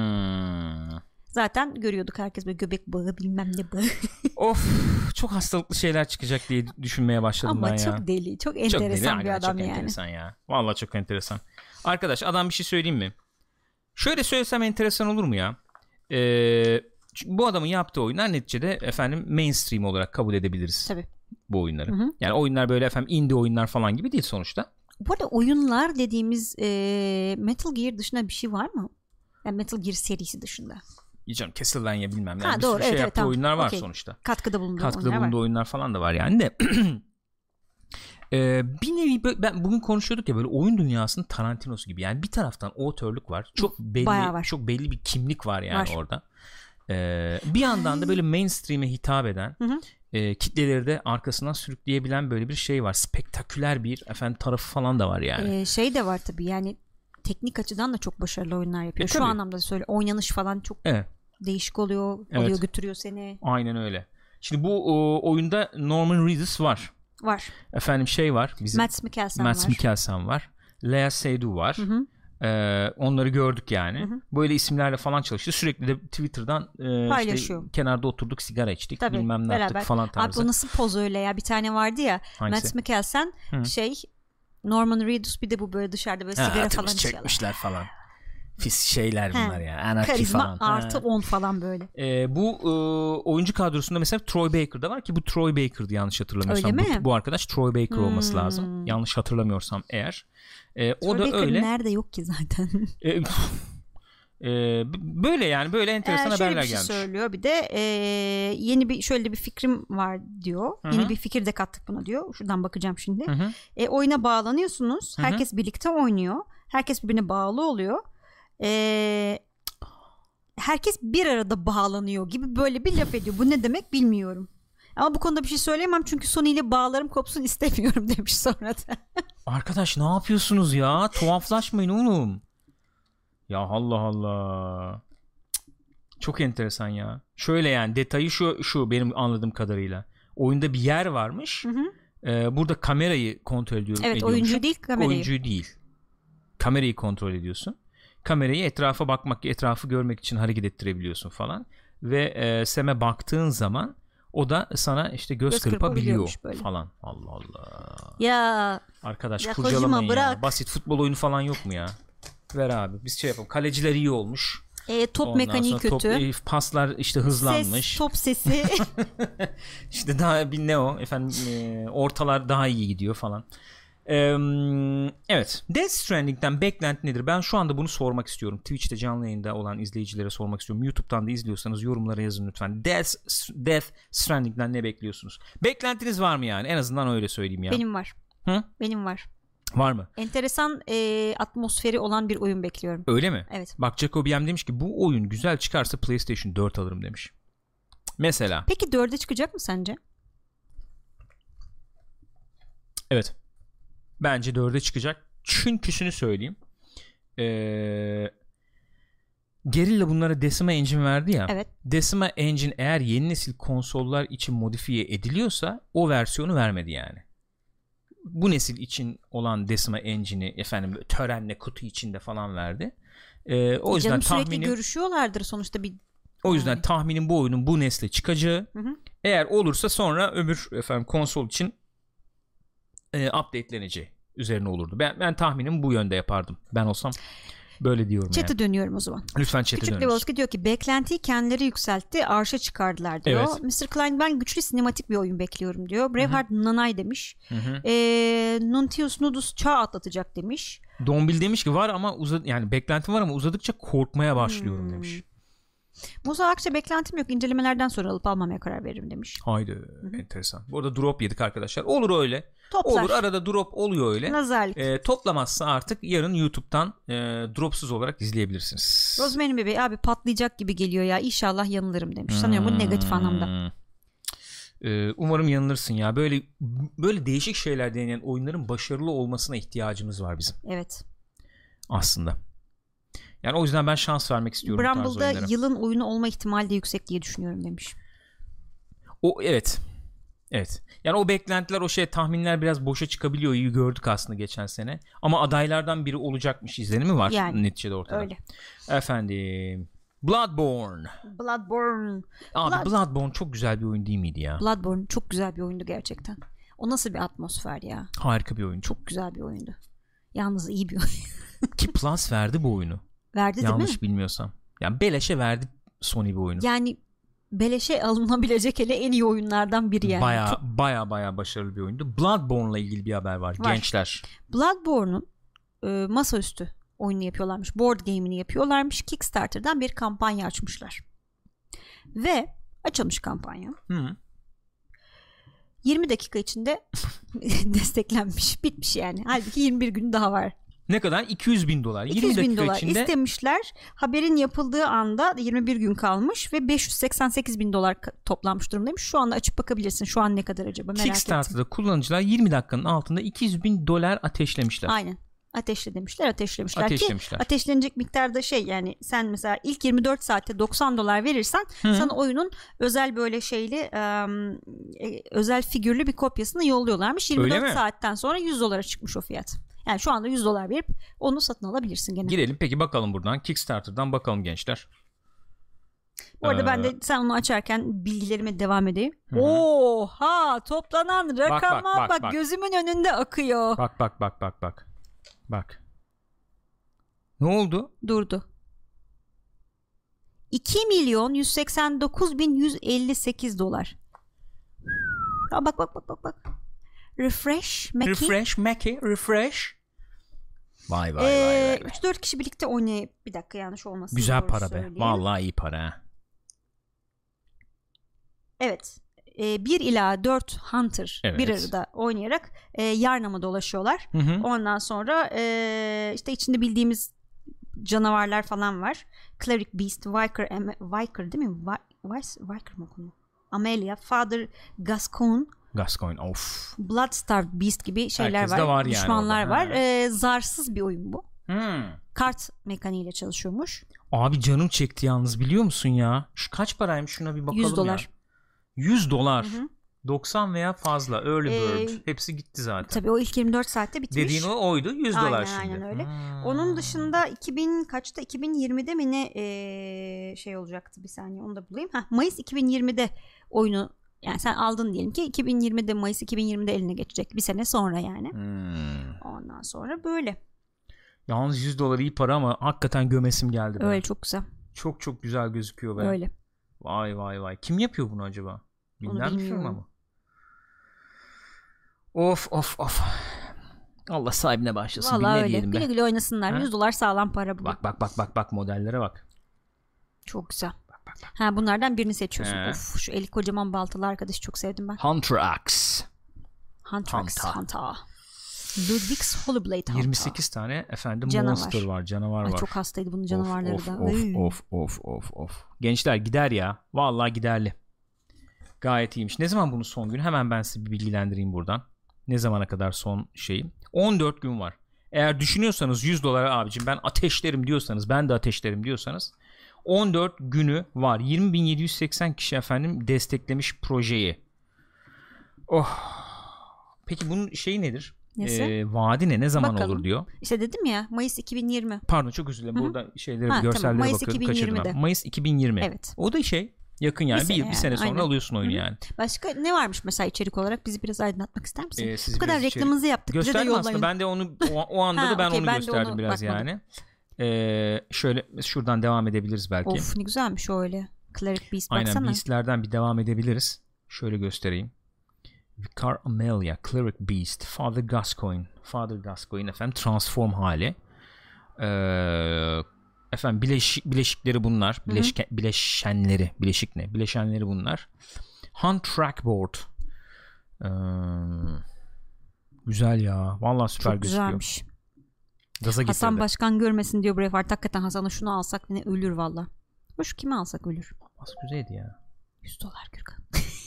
Zaten görüyorduk herkes böyle göbek bağı bilmem ne bağı. Of, çok hastalıklı şeyler çıkacak diye düşünmeye başladım ama ben ya. Ama çok deli, çok enteresan çok deli, bir adam çok yani. Enteresan ya. Vallahi çok enteresan. Arkadaş adam bir şey söyleyeyim mi? Şöyle söylesem enteresan olur mu ya? Bu adamın yaptığı oyunlar neticede mainstream olarak kabul edebiliriz. Tabii. Bu oyunları. Yani oyunlar böyle indie oyunlar falan gibi değil sonuçta. Bu arada oyunlar dediğimiz Metal Gear dışında bir şey var mı? Yani Metal Gear serisi dışında. Canım Castlevania bilmem. Yani doğru, bir sürü yaptığı tamam. oyunlar var sonuçta. Katkıda bulunduğu oyunlar falan da var yani de. Bir nevi ben bugün konuşuyorduk ya böyle oyun dünyasının Tarantino'su gibi. Yani bir taraftan otörlük var. Çok belli bir kimlik var yani orada. Bir yandan da böyle mainstream'e hitap eden kitleleri de arkasından sürükleyebilen böyle bir şey var. Spektaküler bir tarafı falan da var yani. Şey de var tabii yani teknik açıdan da çok başarılı oyunlar yapıyor. Şu anlamda söyle, oynanış falan çok değişik oluyor. Alıyor götürüyor seni. Aynen öyle. Şimdi bu oyunda Norman Reedus var. Şey var. Bizim Mads Mikkelsen var. Lea Seydoux var. Onları gördük yani. Böyle isimlerle falan çalıştı. Sürekli de Twitter'dan paylaşıyor. İşte kenarda oturduk, sigara içtik. Tabii, bilmem ne yaptık falan tarzı. Abi o nasıl poz öyle ya? Bir tane vardı ya. Mads Mikkelsen Norman Reedus, bir de bu böyle dışarıda böyle sigara falan içiyorlar. Çekmişler falan. Fis şeyler bunlar ya. Anarki karizma falan. artı 10 falan böyle. Bu oyuncu kadrosunda mesela Troy Baker da var ki bu Troy Baker'dı yanlış hatırlamıyorsam. Öyle mi? Bu arkadaş Troy Baker olması lazım. Yanlış hatırlamıyorsam eğer. O da Baker öyle. Nerede yok ki zaten. Böyle yani böyle enteresan haberler gelmiş. Şöyle bir şey söylüyor bir de yeni bir şöyle bir fikrim var diyor. Yeni bir fikir de kattık buna diyor. Şuradan bakacağım şimdi. Oyuna bağlanıyorsunuz. Herkes birlikte oynuyor. Herkes birbirine bağlı oluyor. Herkes bir arada bağlanıyor gibi böyle bir laf ediyor. Bu ne demek bilmiyorum. Ama bu konuda bir şey söyleyemem çünkü Sony ile bağlarım kopsun istemiyorum demiş sonra da. Arkadaş ne yapıyorsunuz ya? Tuhaflaşmayın oğlum. Ya Allah Allah. Çok enteresan ya. Şöyle yani detayı şu benim anladığım kadarıyla. Oyunda bir yer varmış. Burada kamerayı kontrol ediyorsun. Evet, oyuncu değil kamerayı. Oyuncu değil. Kamerayı kontrol ediyorsun. Kamerayı etrafa bakmak, etrafı görmek için hareket ettirebiliyorsun falan. Ve Sam'e baktığın zaman o da sana işte göz kırpabiliyor falan. Allah Allah. Ya. Arkadaş kurcalamayın ya. Basit futbol oyunu falan yok mu ya? Ver abi. Biz şey yapalım. Kaleciler iyi olmuş. Top ondan mekaniği kötü. Paslar işte hızlanmış. Top sesi. İşte daha bir ortalar daha iyi gidiyor falan. Evet. Death Stranding'den beklenti nedir? Ben şu anda bunu sormak istiyorum. Twitch'te canlı yayında olan izleyicilere sormak istiyorum. YouTube'dan da izliyorsanız yorumlara yazın lütfen. Death Stranding'den ne bekliyorsunuz? Beklentiniz var mı yani? En azından öyle söyleyeyim ya. Benim var. Hı? Benim var. Var mı? Enteresan atmosferi olan bir oyun bekliyorum. Öyle mi? Evet. Bak Jacobiem demiş ki bu oyun güzel çıkarsa PlayStation 4 alırım demiş. Mesela. Peki 4'e çıkacak mı sence? Evet. Bence 4'e çıkacak. Çünkü şunu söyleyeyim. Guerrilla bunlara Decima Engine verdi ya. Evet. Decima Engine eğer yeni nesil konsollar için modifiye ediliyorsa o versiyonu vermedi yani. Bu nesil için olan Decima Engine'i efendim törenle kutu içinde falan verdi. O yüzden sürekli görüşüyorlardır sonuçta bir. O yüzden tahminim bu oyunun bu nesle çıkacağı. Hı. Eğer olursa sonra öbür konsol için update'leneceği üzerine olurdu. Ben tahminim bu yönde yapardım. Ben olsam böyle diyorum Chat'e yani. dönüyorum o zaman. Lütfen chat'e dönüyoruz. Küçük Levolski diyor ki beklentiyi kendileri yükseltti, arşa çıkardılar diyor. Evet. Mr. Klein ben güçlü sinematik bir oyun bekliyorum diyor. Braveheart Nanay demiş. Nuntius Nudus çağ atlatacak demiş. Dombil demiş ki var ama yani beklentim var ama uzadıkça korkmaya başlıyorum demiş. Musa Akça beklentim yok. İncelemelerden sonra alıp almamaya karar veririm demiş. Haydi enteresan. Bu arada drop yedik arkadaşlar. Olur öyle. Toplar. Olur arada drop oluyor öyle. Nazarlık. Toplamazsa artık yarın YouTube'dan dropsuz olarak izleyebilirsiniz. Rosemary bebeği abi patlayacak gibi geliyor ya. İnşallah yanılırım demiş. Sanıyorum bu negatif anlamda. Umarım yanılırsın ya. Böyle değişik şeyler deneyen oyunların başarılı olmasına ihtiyacımız var bizim. Evet. Aslında. Yani o yüzden ben şans vermek istiyorum. Brumble'da yılın oyunu olma ihtimali de yüksek diye düşünüyorum demiş. Evet. Yani o beklentiler, o tahminler biraz boşa çıkabiliyor. İyi gördük aslında geçen sene. Ama adaylardan biri olacakmış izlenimi var yani, neticede ortada. Öyle. Efendim. Bloodborne. Abi Bloodborne çok güzel bir oyun değil miydi ya? Bloodborne çok güzel bir oyundu gerçekten. O nasıl bir atmosfer ya? Harika bir oyun. Çok güzel bir oyundu. Yalnız iyi bir oyun. Ki Plus verdi bu oyunu. Verdi değil mi? Yanlış bilmiyorsam. Yani beleşe verdi Sony bu oyunu. Yani beleşe alınabilecek hele en iyi oyunlardan biri yani. Baya başarılı bir oyundu. Bloodborne'la ilgili bir haber var. Gençler. Bloodborne'un masaüstü oyunu yapıyorlarmış. Board game'ini yapıyorlarmış. Kickstarter'dan bir kampanya açmışlar. Ve açılmış kampanya. 20 dakika içinde desteklenmiş. Bitmiş yani. Halbuki 21 gün daha var. Ne kadar? $200,000. 20 dakika $200,000 içinde istemişler. Haberin yapıldığı anda 21 gün kalmış ve $588,000 toplanmış durumdaymış. Şu anda açıp bakabilirsin. Şu an ne kadar acaba merak ettim. Kickstarter'da kullanıcılar 20 dakikanın altında $200,000 ateşlemişler. Aynen. Ateşlemişler ki ateşlenecek miktarda yani sen mesela ilk 24 saatte $90 verirsen sana oyunun özel böyle özel figürlü bir kopyasını yolluyorlarmış. 24 saatten sonra $100 çıkmış o fiyat. Yani şu anda $100 verip onu satın alabilirsin gene. Girelim peki bakalım buradan Kickstarter'dan bakalım gençler. Bu arada ben de sen onu açarken bilgilerime devam edeyim. Oha toplanan rakama bak gözümün önünde akıyor. Bak. Ne oldu? Durdu. 2.189.158 $. Bak. Refresh Mackie. Vay. 3-4 kişi birlikte oynayıp bir dakika yanlış olmasın. Güzel para be. Vallahi iyi para. Evet. 1 ila 4 Hunter bir arada oynayarak Yarnam'a dolaşıyorlar. Ondan sonra işte içinde bildiğimiz canavarlar falan var. Cleric Beast, Viker değil mi? Viker mı okunuyor? Amelia, Father Gascoigne, of. Bloodstarved Beast gibi şeyler var. Düşmanlar var. Zarsız bir oyun bu. Kart mekaniğiyle çalışıyormuş. Abi canım çekti yalnız biliyor musun ya? Şu kaç paraymış şuna bir bakalım ya. $100. 90 veya fazla early bird. Hepsi gitti zaten. Tabii o ilk 24 saatte bitmiş. Dediğin o oydu $100 şimdi. Aynen öyle. Onun dışında 2020'de mi ne olacaktı bir saniye onu da bulayım. Mayıs 2020'de oyunu yani sen aldın diyelim ki Mayıs 2020'de eline geçecek. Bir sene sonra yani. Ondan sonra böyle. Yalnız $100 iyi para ama hakikaten gömesim geldi. Öyle çok güzel. Çok güzel gözüküyor be. Öyle. Vay. Kim yapıyor bunu acaba? Bilinen bir firma mı? Of. Allah sahibine başlasın. Vallahi ne öyle. diyelim be. Güle güle oynasınlar. Ha? $100 sağlam para bu. Bak modellere bak. Çok güzel. Bak. Ha, bunlardan birini seçiyorsun. He. Of, şu eli kocaman baltalı arkadaşı çok sevdim ben. Hunter Axe. Hunter. Ludwig's Hollowblade Hunter. 28 tane efendim Canavar. monster var, canavar Ay, var. çok hastaydı bunun canavarları da. Of. Gençler gider ya. Vallahi giderli. Gayet iyiymiş. Ne zaman bunun son günü? Hemen ben sizi bir bilgilendireyim buradan. Ne zamana kadar son şeyim? 14 gün var. Eğer düşünüyorsanız $100 abicim ben ateşlerim diyorsanız, ben de ateşlerim diyorsanız 14 günü var. 20.780 kişi efendim desteklemiş projeyi. Peki bunun şeyi nedir? Vaadi ne zaman bakalım. olur diyor. İşte dedim ya, Mayıs 2020. Pardon, çok özür dilerim. Burada şeylere, görsellere tamam. Mayıs bakıyordum. 2020'de. Kaçırdım ben. Mayıs 2020. Evet. O da yakın yani. Bir sene sonra aynen. alıyorsun oyunu yani. Başka ne varmış mesela içerik olarak? Bizi biraz aydınlatmak ister misin? Bu kadar biraz reklamınızı yaptık. Bize de gösterdim yollayın. aslında. Ben de onu o anda da ben okey, onu ben de gösterdim onu biraz bakmadım. yani. Şöyle şuradan devam edebiliriz belki. Of, ne güzelmiş o öyle. Cleric Beast, Aynen, baksana. Beast'lerden bir devam edebiliriz. Şöyle göstereyim. Vicar Amelia, Cleric Beast, Father Gascoigne efendim transform hali. Efendim bileşikleri bunlar. Bileşenleri bunlar. Hunt Trackboard. Güzel ya. Vallahi süper çok gözüküyor. Güzelmiş. Gaza Hasan getirdi. Başkan görmesin diyor Braveheart. Hakikaten Hasan'a şunu alsak ne ölür valla. Hoş, kimi alsak ölür. Az güzeldi ya. $100 Gürkan.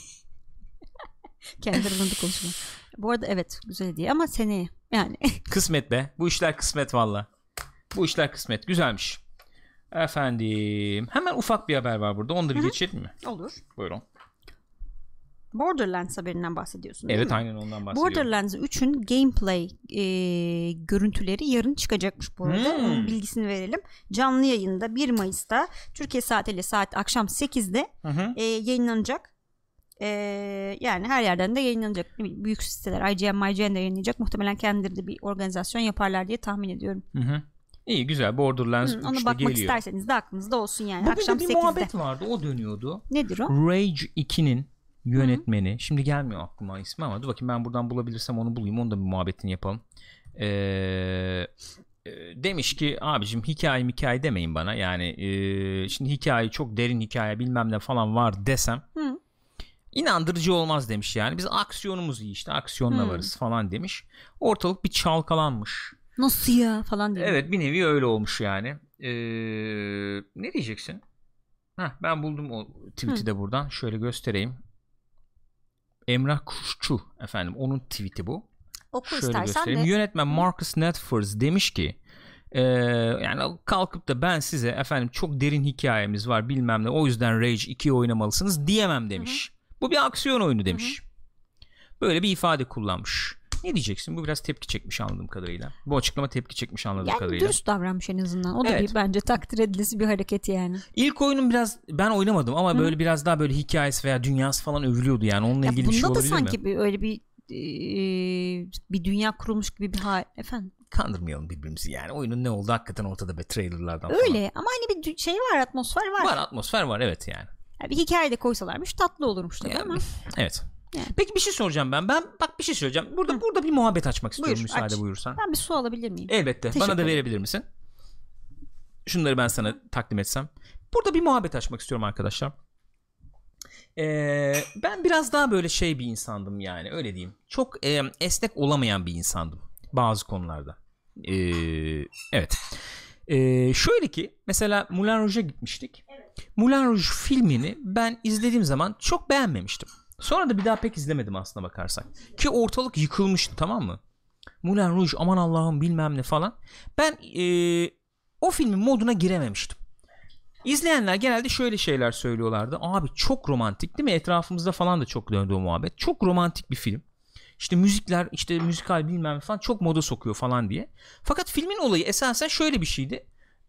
Kendi aramızda konuşalım. Bu arada evet güzel diye ama seneye yani. Kısmet be. Bu işler kısmet valla. Bu işler kısmet. Güzelmiş. Efendim. Hemen ufak bir haber var burada. Onu da bir geçelim mi? Olur. Buyurun. Borderlands haberinden bahsediyorsun değil Evet mi? aynen ondan bahsediyorum. Borderlands 3'ün gameplay görüntüleri yarın çıkacakmış bu arada. Onun bilgisini verelim. Canlı yayında 1 Mayıs'ta Türkiye saatiyle saat akşam 8'de yayınlanacak. Yani her yerden de yayınlanacak. Büyük siteler IGN de yayınlayacak. Muhtemelen kendileri de bir organizasyon yaparlar diye tahmin ediyorum. İyi güzel. Borderlands 3'te ona bakmak geliyor. isterseniz de aklınızda olsun yani. Bugün akşam de bir 8'de. muhabbet vardı. O dönüyordu. Nedir o? Rage 2'nin yönetmeni. Şimdi gelmiyor aklıma ismi ama dur bakayım, ben buradan bulabilirsem onu bulayım. Onu da bir muhabbetini yapalım. Demiş ki abicim hikaye demeyin bana. Yani şimdi hikaye çok derin hikaye bilmem ne falan var desem inandırıcı olmaz demiş yani. Biz aksiyonumuz iyi işte. Aksiyonla varız falan demiş. Ortalık bir çalkalanmış. Nasıl ya falan diyor. Evet, bir nevi öyle olmuş yani. Ne diyeceksin? Ben buldum o tweet'i de buradan. Şöyle göstereyim. Emrah Kuşçu efendim. Onun tweet'i bu. Oku şöyle istersen göstereyim. de. Yönetmen Marcus Netfers demiş ki yani kalkıp da ben size efendim çok derin hikayemiz var bilmem ne, o yüzden Rage 2'yi oynamalısınız diyemem demiş. Bu bir aksiyon oyunu demiş. Böyle bir ifade kullanmış. Ne diyeceksin? Bu biraz tepki çekmiş anladığım kadarıyla. Bu açıklama tepki çekmiş anladığım kadarıyla. Yani dürüst davranmış en azından. O da bir bence takdir edilesi bir hareket yani. İlk oyunun biraz ben oynamadım ama böyle biraz daha böyle hikayesi veya dünyası falan övülüyordu yani. Onunla ilgili bir şey olabilir mi? Bunda da sanki öyle bir dünya kurulmuş gibi bir hal efendim. Kandırmayalım birbirimizi yani. Oyunun ne oldu hakikaten ortada be, trailerlardan öyle falan. Ama hani bir şey var, atmosfer var. Var, atmosfer var evet yani. Bir hikaye de koysalarmış tatlı olurmuş tabii ama. Evet. Yani. Peki bir şey soracağım ben. Bak bir şey söyleyeceğim. Burada bir muhabbet açmak istiyorum. Buyur, müsaade buyursan. Ben bir su alabilir miyim? Elbette. Bana da verebilir misin? Şunları ben sana takdim etsem. Burada bir muhabbet açmak istiyorum arkadaşlar. Ben biraz daha böyle bir insandım yani, öyle diyeyim. Çok esnek olamayan bir insandım bazı konularda. Evet. Şöyle ki mesela Moulin Rouge'a gitmiştik. Evet. Moulin Rouge filmini ben izlediğim zaman çok beğenmemiştim. Sonra da bir daha pek izlemedim aslına bakarsak. Ki ortalık yıkılmıştı, tamam mı? Moulin Rouge aman Allah'ım bilmem ne falan. Ben o filmin moduna girememiştim. İzleyenler genelde şöyle şeyler söylüyorlardı. Abi çok romantik değil mi? Etrafımızda falan da çok döndü o muhabbet. Çok romantik bir film. İşte müzikler, işte müzikal bilmem ne falan çok moda sokuyor falan diye. Fakat filmin olayı esasen şöyle bir şeydi.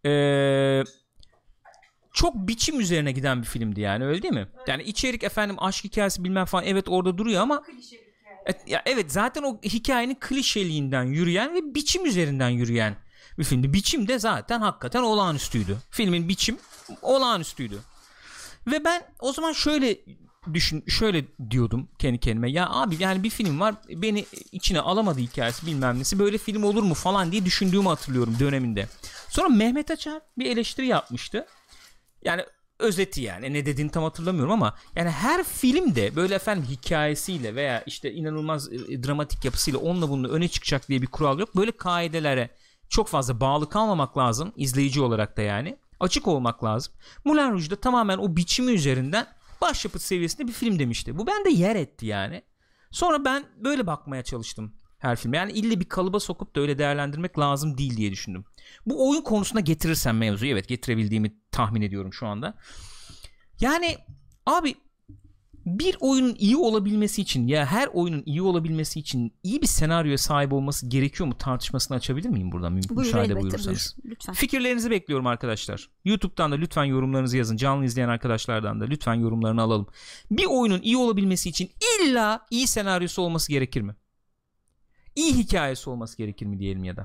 Çok biçim üzerine giden bir filmdi yani, öyle değil mi? Yani içerik efendim aşk hikayesi bilmem falan evet orada duruyor ama evet zaten o hikayenin klişeliğinden yürüyen ve biçim üzerinden yürüyen bir filmdi. Biçim de zaten hakikaten olağanüstüydü. Filmin biçim olağanüstüydü. Ve ben o zaman şöyle şöyle diyordum kendi kendime, ya abi yani bir film var, beni içine alamadı, hikayesi bilmem nesi, böyle film olur mu falan diye düşündüğümü hatırlıyorum döneminde. Sonra Mehmet Açar bir eleştiri yapmıştı. Yani özeti, yani ne dediğini tam hatırlamıyorum ama yani her filmde böyle efendim hikayesiyle veya işte inanılmaz dramatik yapısıyla onunla bununla öne çıkacak diye bir kural yok. Böyle kaidelere çok fazla bağlı kalmamak lazım izleyici olarak da, yani açık olmak lazım. Moulin Rouge'da tamamen o biçimi üzerinden başyapıt seviyesinde bir film demişti. Bu bende yer etti yani. Sonra ben böyle bakmaya çalıştım her filme. Yani ille bir kalıba sokup da öyle değerlendirmek lazım değil diye düşündüm. Bu oyun konusuna getirirsem mevzuyu, evet getirebildiğimi tahmin ediyorum şu anda. Yani abi bir oyunun iyi olabilmesi için, ya her oyunun iyi olabilmesi için iyi bir senaryoya sahip olması gerekiyor mu tartışmasını açabilir miyim buradan? Müsaade buyurursanız. Lütfen. Fikirlerinizi bekliyorum arkadaşlar. YouTube'dan da lütfen yorumlarınızı yazın. Canlı izleyen arkadaşlardan da lütfen yorumlarını alalım. Bir oyunun iyi olabilmesi için illa iyi senaryosu olması gerekir mi? İyi hikayesi olması gerekir mi diyelim ya da?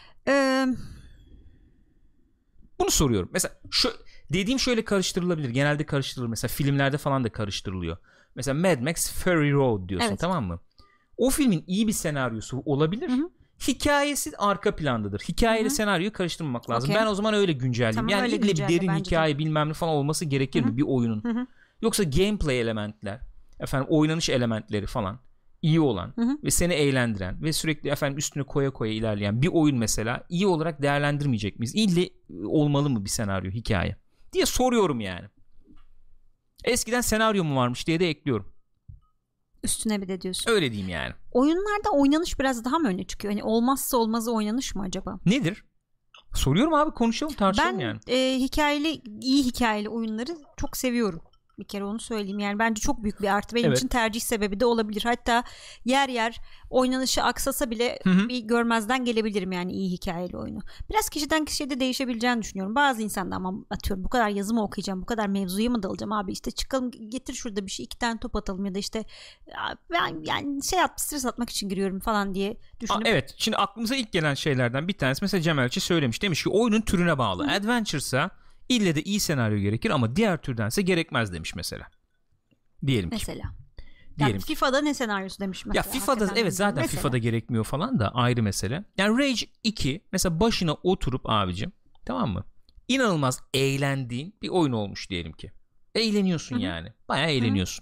Bunu soruyorum. Mesela dediğim şöyle karıştırılabilir. Genelde karıştırılır. Mesela filmlerde falan da karıştırılıyor. Mesela Mad Max Fury Road diyorsun, evet. Tamam mı? O filmin iyi bir senaryosu olabilir. Hı-hı. Hikayesi arka plandadır. Hikayeyle senaryoyu karıştırmamak lazım. Okay. Ben o zaman öyle güncelleyeyim. Tamam, yani ille bir derin hikaye bilmem ne falan olması gerekir mi bir oyunun? Hı-hı. Yoksa gameplay elementler, efendim oynanış elementleri falan iyi olan ve seni eğlendiren ve sürekli efendim üstüne koya koya ilerleyen bir oyun mesela iyi olarak değerlendirmeyecek miyiz? İlle olmalı mı bir senaryo, hikaye diye soruyorum yani. Eskiden senaryo mu varmış diye de ekliyorum. Üstüne bir de diyorsun. Öyle diyeyim yani. Oyunlarda oynanış biraz daha mı öne çıkıyor? Hani olmazsa olmazı oynanış mı acaba? Nedir? Soruyorum abi, konuşalım, tartışalım yani. Ben iyi hikayeli oyunları çok seviyorum. Bir kere onu söyleyeyim. Yani bence çok büyük bir artı. Benim için tercih sebebi de olabilir. Hatta yer yer oynanışı aksasa bile bir görmezden gelebilirim yani iyi hikayeli oyunu. Biraz kişiden kişiye de değişebileceğini düşünüyorum. Bazı insanda ama atıyorum bu kadar yazımı okuyacağım, bu kadar mevzuya mı dalacağım abi, işte çıkalım getir şurada bir şey, 2 tane top atalım ya da işte ben yani stres atmak için giriyorum falan diye düşünüp. Evet, şimdi aklımıza ilk gelen şeylerden bir tanesi mesela Cemalçi söylemiş, demiş ki oyunun türüne bağlı. Adventure'sa İlle de iyi senaryo gerekir ama diğer türdense gerekmez demiş mesela. Diyelim ki. Mesela. Yani FIFA'da ne senaryosu demiş mesela. Ya FIFA'da evet zaten mesela. FIFA'da gerekmiyor falan da ayrı mesele. Yani Rage 2 mesela başına oturup abicim, tamam mı? İnanılmaz eğlendiğin bir oyun olmuş diyelim ki. Eğleniyorsun yani. Bayağı eğleniyorsun.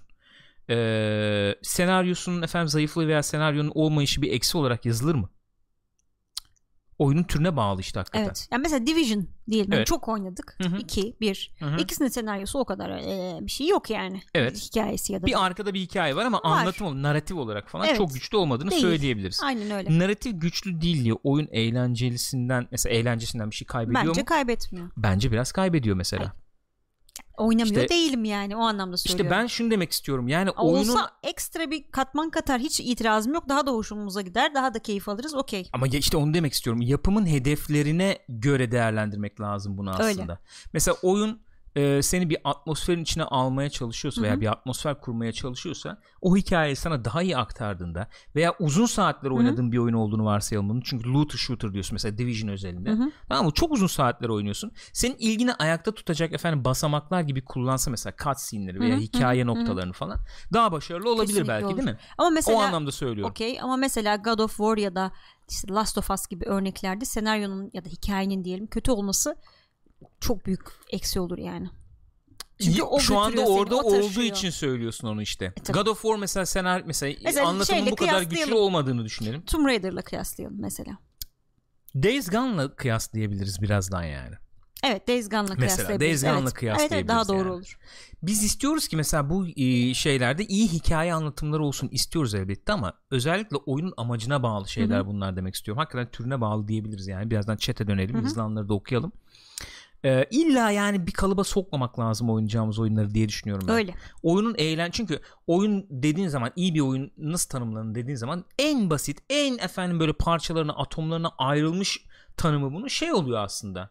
Senaryosunun efendim zayıflığı veya senaryonun olmayışı bir eksi olarak yazılır mı? Oyunun türüne bağlı işte hakikaten. Evet. Yani mesela Division diyelim. Evet. Yani çok oynadık. 2-1. İkisinin senaryosu o kadar bir şey yok yani. Evet. Hikayesi ya da. Bir arkada bir hikaye var ama anlatım, narratif olarak falan çok güçlü olmadığını söyleyebiliriz. Aynen öyle. Narratif güçlü değil diye oyun eğlencesinden bir şey kaybediyor mu? Bence kaybetmiyor. Bence biraz kaybediyor mesela. Hayır. Oynamıyor işte, değilim yani o anlamda söylüyorum. İşte ben şunu demek istiyorum yani olsa ekstra bir katman katar, hiç itirazım yok, daha da hoşumuza gider, daha da keyif alırız, okey. Ama işte onu demek istiyorum, yapımın hedeflerine göre değerlendirmek lazım bunu aslında. Öyle. Mesela oyun seni bir atmosferin içine almaya çalışıyorsa veya bir atmosfer kurmaya çalışıyorsa o hikayeyi sana daha iyi aktardığında veya uzun saatler oynadığın bir oyun olduğunu varsayalım bunun. Çünkü looter shooter diyorsun mesela Division özelinde. Tamam mı? Çok uzun saatler oynuyorsun. Senin ilgini ayakta tutacak efendim basamaklar gibi kullansa mesela cutscene'leri veya hikaye noktalarını falan daha başarılı olabilir. Kesinlikle belki olur. Değil mi? Ama mesela, o anlamda söylüyorum. Okey, ama mesela God of War ya da işte Last of Us gibi örneklerde senaryonun ya da hikayenin diyelim kötü olması çok büyük eksi olur yani. Çünkü şu anda orada olduğu için söylüyorsun onu işte. God of War mesela anlatımın bu kadar güçlü olmadığını düşünelim. Tomb Raider'la kıyaslayalım mesela. Days Gone'la kıyaslayabiliriz birazdan yani. Evet, Days Gone'la kıyaslayabiliriz. Days Gone'la kıyaslayabiliriz. Evet, daha doğru olur. Biz istiyoruz ki mesela bu şeylerde iyi hikaye anlatımları olsun istiyoruz elbette ama özellikle oyunun amacına bağlı şeyler bunlar demek istiyorum. Hakikaten türüne bağlı diyebiliriz yani. Birazdan chat'e dönelim, hızlanları da okuyalım. İlla yani bir kalıba sokmamak lazım oynayacağımız oyunları diye düşünüyorum ben. Öyle. Oyunun çünkü oyun dediğin zaman iyi bir oyun nasıl tanımlanır dediğin zaman en basit, en efendim böyle parçalarına, atomlarına ayrılmış tanımı bunun şey oluyor aslında.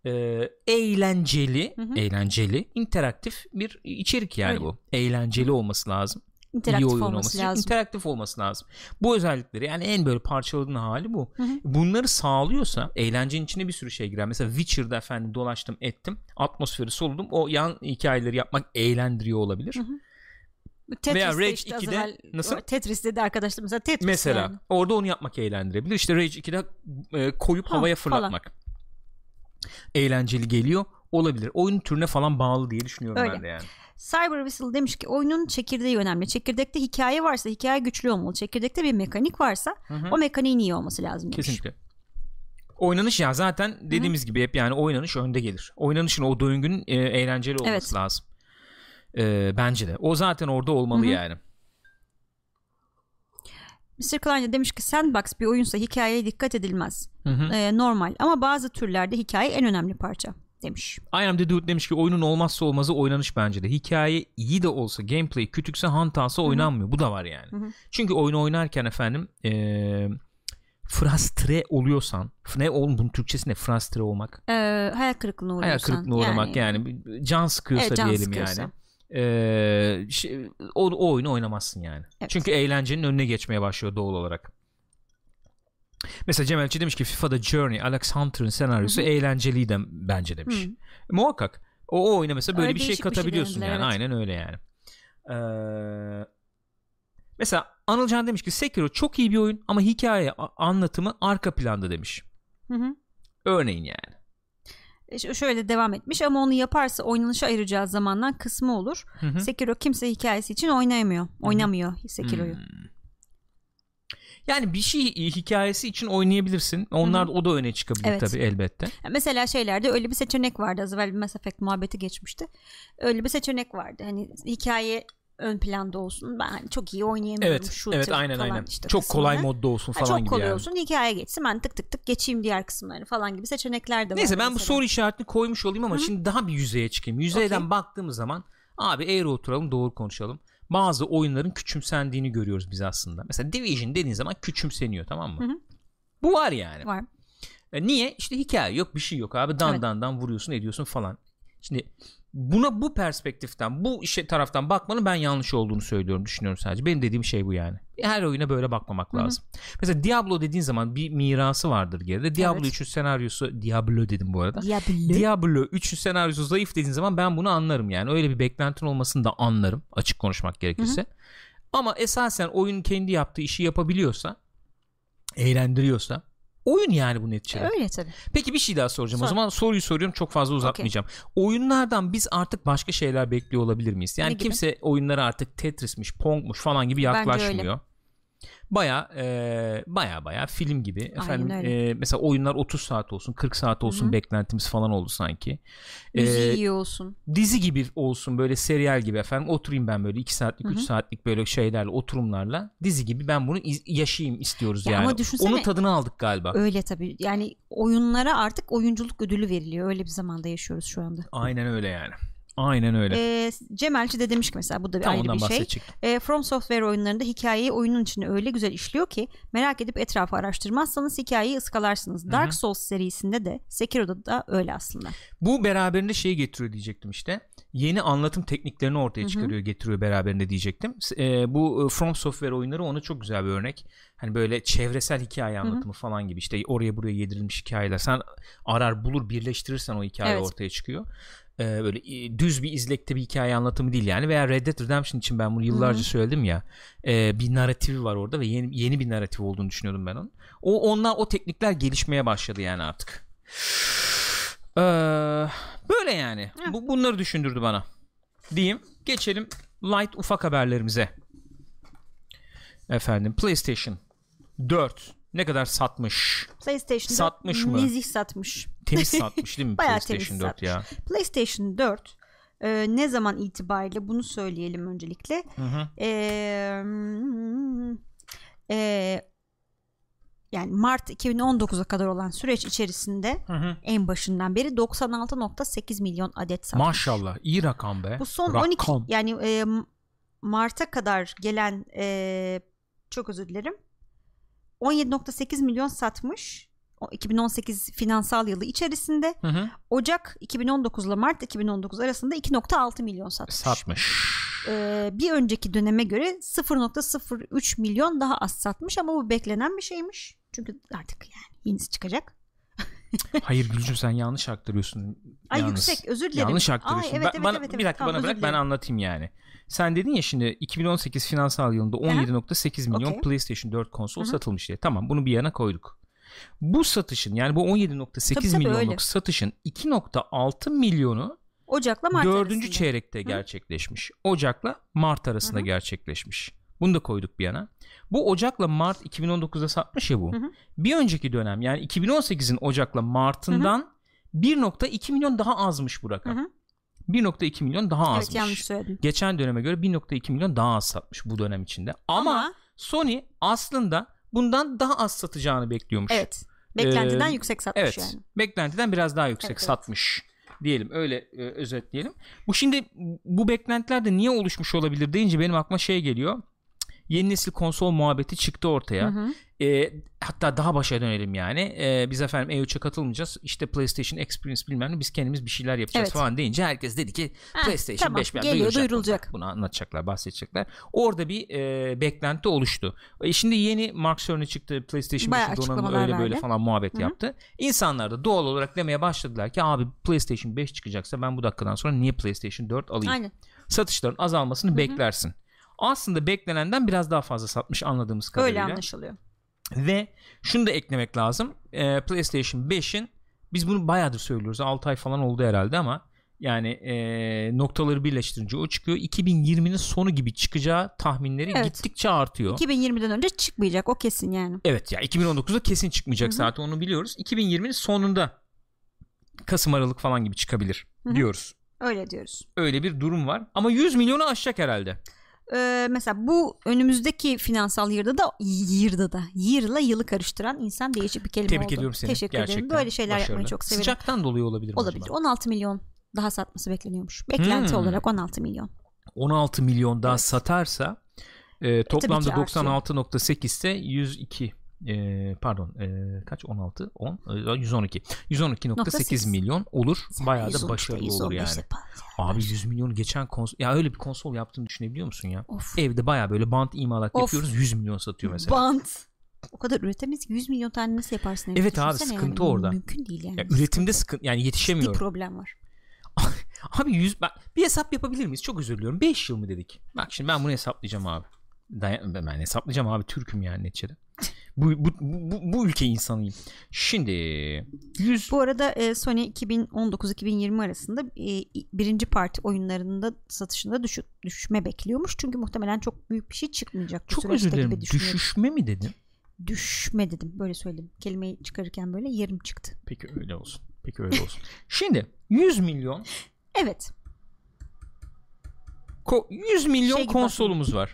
Eğlenceli, interaktif bir içerik yani. Öyle. Bu. Eğlenceli olması lazım. İnteraktif olması lazım. İnteraktif olması lazım. Bu özellikleri yani en böyle parçaladığın hali bu. Bunları sağlıyorsa eğlencenin içine bir sürü şey girer. Mesela Witcher'da efendim dolaştım ettim. Atmosferi soludum. O yan hikayeleri yapmak eğlendiriyor olabilir. Veya Rage 2'de nasıl? Tetris dedi arkadaşlar mesela Tetris mesela yani. Orada onu yapmak eğlendirebilir. İşte Rage 2'de koyup havaya fırlatmak. Falan. Eğlenceli geliyor. Olabilir. Oyun türüne falan bağlı diye düşünüyorum öyle. Ben de yani. Cyber Whistle demiş ki oyunun çekirdeği önemli. Çekirdekte hikaye varsa hikaye güçlü olmalı. Çekirdekte bir mekanik varsa o mekaniğin iyi olması lazım demiş. Kesinlikle. Oynanış ya zaten dediğimiz gibi hep yani oynanış önde gelir. Oynanışın o döngünün eğlenceli olması lazım. Bence de. O zaten orada olmalı yani. Mr. Klein demiş ki sandbox bir oyunsa hikayeye dikkat edilmez. Normal ama bazı türlerde hikaye en önemli parça demiş. I am the dude demiş ki oyunun olmazsa olmazı oynanış bence de. Hikaye iyi de olsa gameplay küçükse hantası oynanmıyor. Bu da var yani. Çünkü oyunu oynarken efendim frustre oluyorsan ne oğlum bunun Türkçesi ne frustre olmak? Hayal kırıklığına uğruyorsan. Hayal kırıklığına uğramak yani can sıkıyorsa can diyelim sıkıyorsa. Yani. O oyunu oynamazsın yani. Evet. Çünkü eğlencenin önüne geçmeye başlıyor doğal olarak. Mesela Cemalci demiş ki FIFA'da Journey, Alex Hunter'ın senaryosu eğlenceliydi bence demiş. Muhakkak. O oyuna mesela böyle öyle bir şey katabiliyorsun yani. Evet. Aynen öyle yani. Mesela Anılcan demiş ki Sekiro çok iyi bir oyun ama hikaye anlatımı arka planda demiş. Örneğin yani. Şöyle devam etmiş ama onu yaparsa oynanışa ayıracağı zamandan kısmı olur. Sekiro kimse hikayesi için oynamıyor Sekiro'yu. Yani bir şey hikayesi için oynayabilirsin. Onlar o da öne çıkabilir tabii elbette. Mesela şeylerde öyle bir seçenek vardı. Az evvel bir Mass Effect muhabbeti geçmişti. Öyle bir seçenek vardı. Hani hikaye ön planda olsun. Ben hani çok iyi oynayamıyorum. Evet aynen. İşte çok kolay modda olsun falan çok gibi kolay yani. olsun. Hikaye geçsin. Ben tık tık geçeyim diğer kısımlarını falan gibi seçenekler de var. Neyse ben bu soru işaretini koymuş olayım ama şimdi daha bir yüzeye çıkayım. Yüzeyden baktığımız zaman abi eğri oturalım doğru konuşalım. Bazı oyunların küçümsendiğini görüyoruz biz aslında. Mesela Division dediğin zaman küçümseniyor, tamam mı? Bu var yani. Var. Niye? İşte hikaye yok, bir şey yok abi. Dan vuruyorsun, ediyorsun falan. Şimdi buna bu perspektiften, bu taraftan bakmanın ben yanlış olduğunu düşünüyorum sadece. Benim dediğim şey bu yani. Her oyuna böyle bakmamak lazım. Mesela Diablo dediğin zaman bir mirası vardır geride. Diablo 3'ün senaryosu, Diablo dedim bu arada. Diablo 3'ün senaryosu zayıf dediğin zaman ben bunu anlarım yani. Öyle bir beklentin olmasını da anlarım, açık konuşmak gerekirse. Ama esasen oyun kendi yaptığı işi yapabiliyorsa, eğlendiriyorsa oyun yani bu neticede. Öyle tabii. Peki bir şey daha soracağım. O zaman soruyu soruyorum, çok fazla uzatmayacağım. Oyunlardan biz artık başka şeyler bekliyor olabilir miyiz? Yani kimse oyunlara artık Tetris'miş, Pong'muş falan gibi yaklaşmıyor. Baya film gibi. Efendim mesela oyunlar 30 saat olsun, 40 saat olsun beklentimiz falan oldu sanki. Müziği iyi olsun. Dizi gibi olsun, böyle serial gibi efendim. Oturayım ben böyle 2 saatlik 3 saatlik böyle şeylerle, oturumlarla dizi gibi ben bunu yaşayayım istiyoruz yani. Ama onun tadını aldık galiba. Öyle tabii. Yani oyunlara artık oyunculuk ödülü veriliyor. Öyle bir zamanda yaşıyoruz şu anda. Aynen öyle yani. Aynen öyle. Cemalci de demiş ki mesela bu da ayrı bir şey. From Software oyunlarında hikayeyi oyunun içine öyle güzel işliyor ki merak edip etrafı araştırmazsanız hikayeyi ıskalarsınız. Dark Souls serisinde de Sekiro'da da öyle aslında. Bu beraberinde şeyi getiriyor diyecektim işte. Yeni anlatım tekniklerini ortaya çıkarıyor, getiriyor beraberinde diyecektim. Bu From Software oyunları ona çok güzel bir örnek. Hani böyle çevresel hikaye anlatımı falan gibi, işte oraya buraya yedirilmiş hikayeler. Sen arar bulur birleştirirsen o hikaye ortaya çıkıyor. Böyle düz bir izlekte bir hikaye anlatımı değil yani. Veya Red Dead Redemption için ben bunu yıllarca söyledim ya, bir narratifi var orada ve yeni bir narratif olduğunu düşünüyordum ben onun. O teknikler gelişmeye başladı yani artık. Böyle yani. Bunları düşündürdü bana diyeyim. Geçelim light ufak haberlerimize. Efendim PlayStation 4 ne kadar satmış? PlayStation 4 satmış mı? Nezih satmış. Temiz satmış değil mi PlayStation 4 ya? PlayStation 4 ne zaman itibariyle bunu söyleyelim öncelikle. Yani Mart 2019'a kadar olan süreç içerisinde en başından beri 96.8 milyon adet satmış. Maşallah, iyi rakam be. Bu son 12 yani Mart'a kadar gelen çok özür dilerim. 17.8 milyon satmış 2018 finansal yılı içerisinde. Ocak 2019 ile Mart 2019 arasında 2.6 milyon satmış. Bir önceki döneme göre 0.03 milyon daha az satmış ama bu beklenen bir şeymiş. Çünkü artık yani yenisi çıkacak. Hayır Gülcüm, sen yanlış aktarıyorsun. Yüksek, özür dilerim. Yanlış aktarıyorsun. Evet, bir dakika tamam, bana bırak, ben anlatayım yani. sen dedin ya şimdi 2018 finansal yılında 17.8 milyon PlayStation 4 konsol satılmış diye. Tamam, bunu bir yana koyduk. Bu satışın, yani bu 17.8 milyonluk öyle satışın 2.6 milyonu Ocak'la Mart 4. arasında çeyrekte gerçekleşmiş. Ocak'la Mart arasında gerçekleşmiş. Bunu da koyduk bir yana. Bu Ocak'la Mart 2019'da satmış ya bu. Bir önceki dönem, yani 2018'in Ocak'la Mart'ından 1.2 milyon daha azmış bu rakam. 1.2 milyon daha azmış. Evet, yanlış söyledim. Geçen döneme göre 1.2 milyon daha az satmış bu dönem içinde. Ama Sony aslında bundan daha az satacağını bekliyormuş. Evet. Beklentiden yüksek satmış yani. Beklentiden biraz daha yüksek satmış. Diyelim, öyle özetleyelim. Bu şimdi bu beklentiler de niye oluşmuş olabilir deyince benim aklıma şey geliyor. Yeni nesil konsol muhabbeti çıktı ortaya. Hatta daha başa dönelim yani. Biz efendim E3'e katılmayacağız. İşte PlayStation Experience bilmem ne, biz kendimiz bir şeyler yapacağız falan deyince herkes dedi ki PlayStation 5 duyurulacak. Bunu anlatacaklar, bahsedecekler. Orada bir beklenti oluştu. Şimdi yeni Mark Cerny çıktı. PlayStation 5'in donanımı öyle böyle falan muhabbet yaptı. İnsanlar da doğal olarak demeye başladılar ki abi PlayStation 5 çıkacaksa ben bu dakikadan sonra niye PlayStation 4 alayım? Aynen. Satışların azalmasını beklersin. Aslında beklenenden biraz daha fazla satmış anladığımız kadarıyla. Öyle anlaşılıyor. Ve şunu da eklemek lazım. PlayStation 5'in, biz bunu bayağıdır söylüyoruz. 6 ay falan oldu herhalde ama yani noktaları birleştirince o çıkıyor. 2020'nin sonu gibi çıkacağı tahminleri gittikçe artıyor. 2020'den önce çıkmayacak, o kesin yani. Evet ya, 2019'da kesin çıkmayacak zaten, onu biliyoruz. 2020'nin sonunda Kasım Aralık falan gibi çıkabilir diyoruz. Öyle diyoruz. Öyle bir durum var. Ama 100 milyonu aşacak herhalde. Mesela bu önümüzdeki finansal yırla yılı karıştıran insan değişik bir kelime oldu. Tebrik ediyorum seni. Teşekkür ederim. Böyle şeyler yapmayı çok severim. Sıcaktan dolayı olabilir mi? Olabilir. Acaba? 16 milyon daha satması bekleniyormuş. Beklenti olarak 16 milyon. 16 milyon daha satarsa toplamda 96.8 ise 102 kaç, 16 10 112 112.8 milyon olur. Bayağı da başarılı olur yani. Abi 100 milyonu geçen konsol, ya öyle bir konsol yaptığını düşünebiliyor musun ya? Evde bayağı böyle bant imalat yapıyoruz, 100 milyon satıyor mesela. Bant. O kadar üretemeyiz ki 100 milyon tane nasıl yaparsın? Evet abi, sıkıntı yani. Orada. Mümkün değil yani. Ya üretimde sıkıntı, yani yetişemiyor. Bir problem var. Abi bir hesap yapabilir miyiz? Çok özür diliyorum. 5 yıl mı dedik? Bak şimdi ben bunu hesaplayacağım abi. Ben hesaplayacağım abi, Türk'üm yani neticede. Bu ülke insanıyım. Şimdi 100... Bu arada Sony 2019-2020 arasında birinci parti oyunlarında satışında düşme bekliyormuş. Çünkü muhtemelen çok büyük bir şey çıkmayacak. Çok özür dilerim. Düşüşme mi dedin? Düşme dedim. Böyle söyledim. Kelimeyi çıkarırken böyle yarım çıktı. Peki öyle olsun. Şimdi 100 milyon. Evet. 100 milyon konsolumuz var.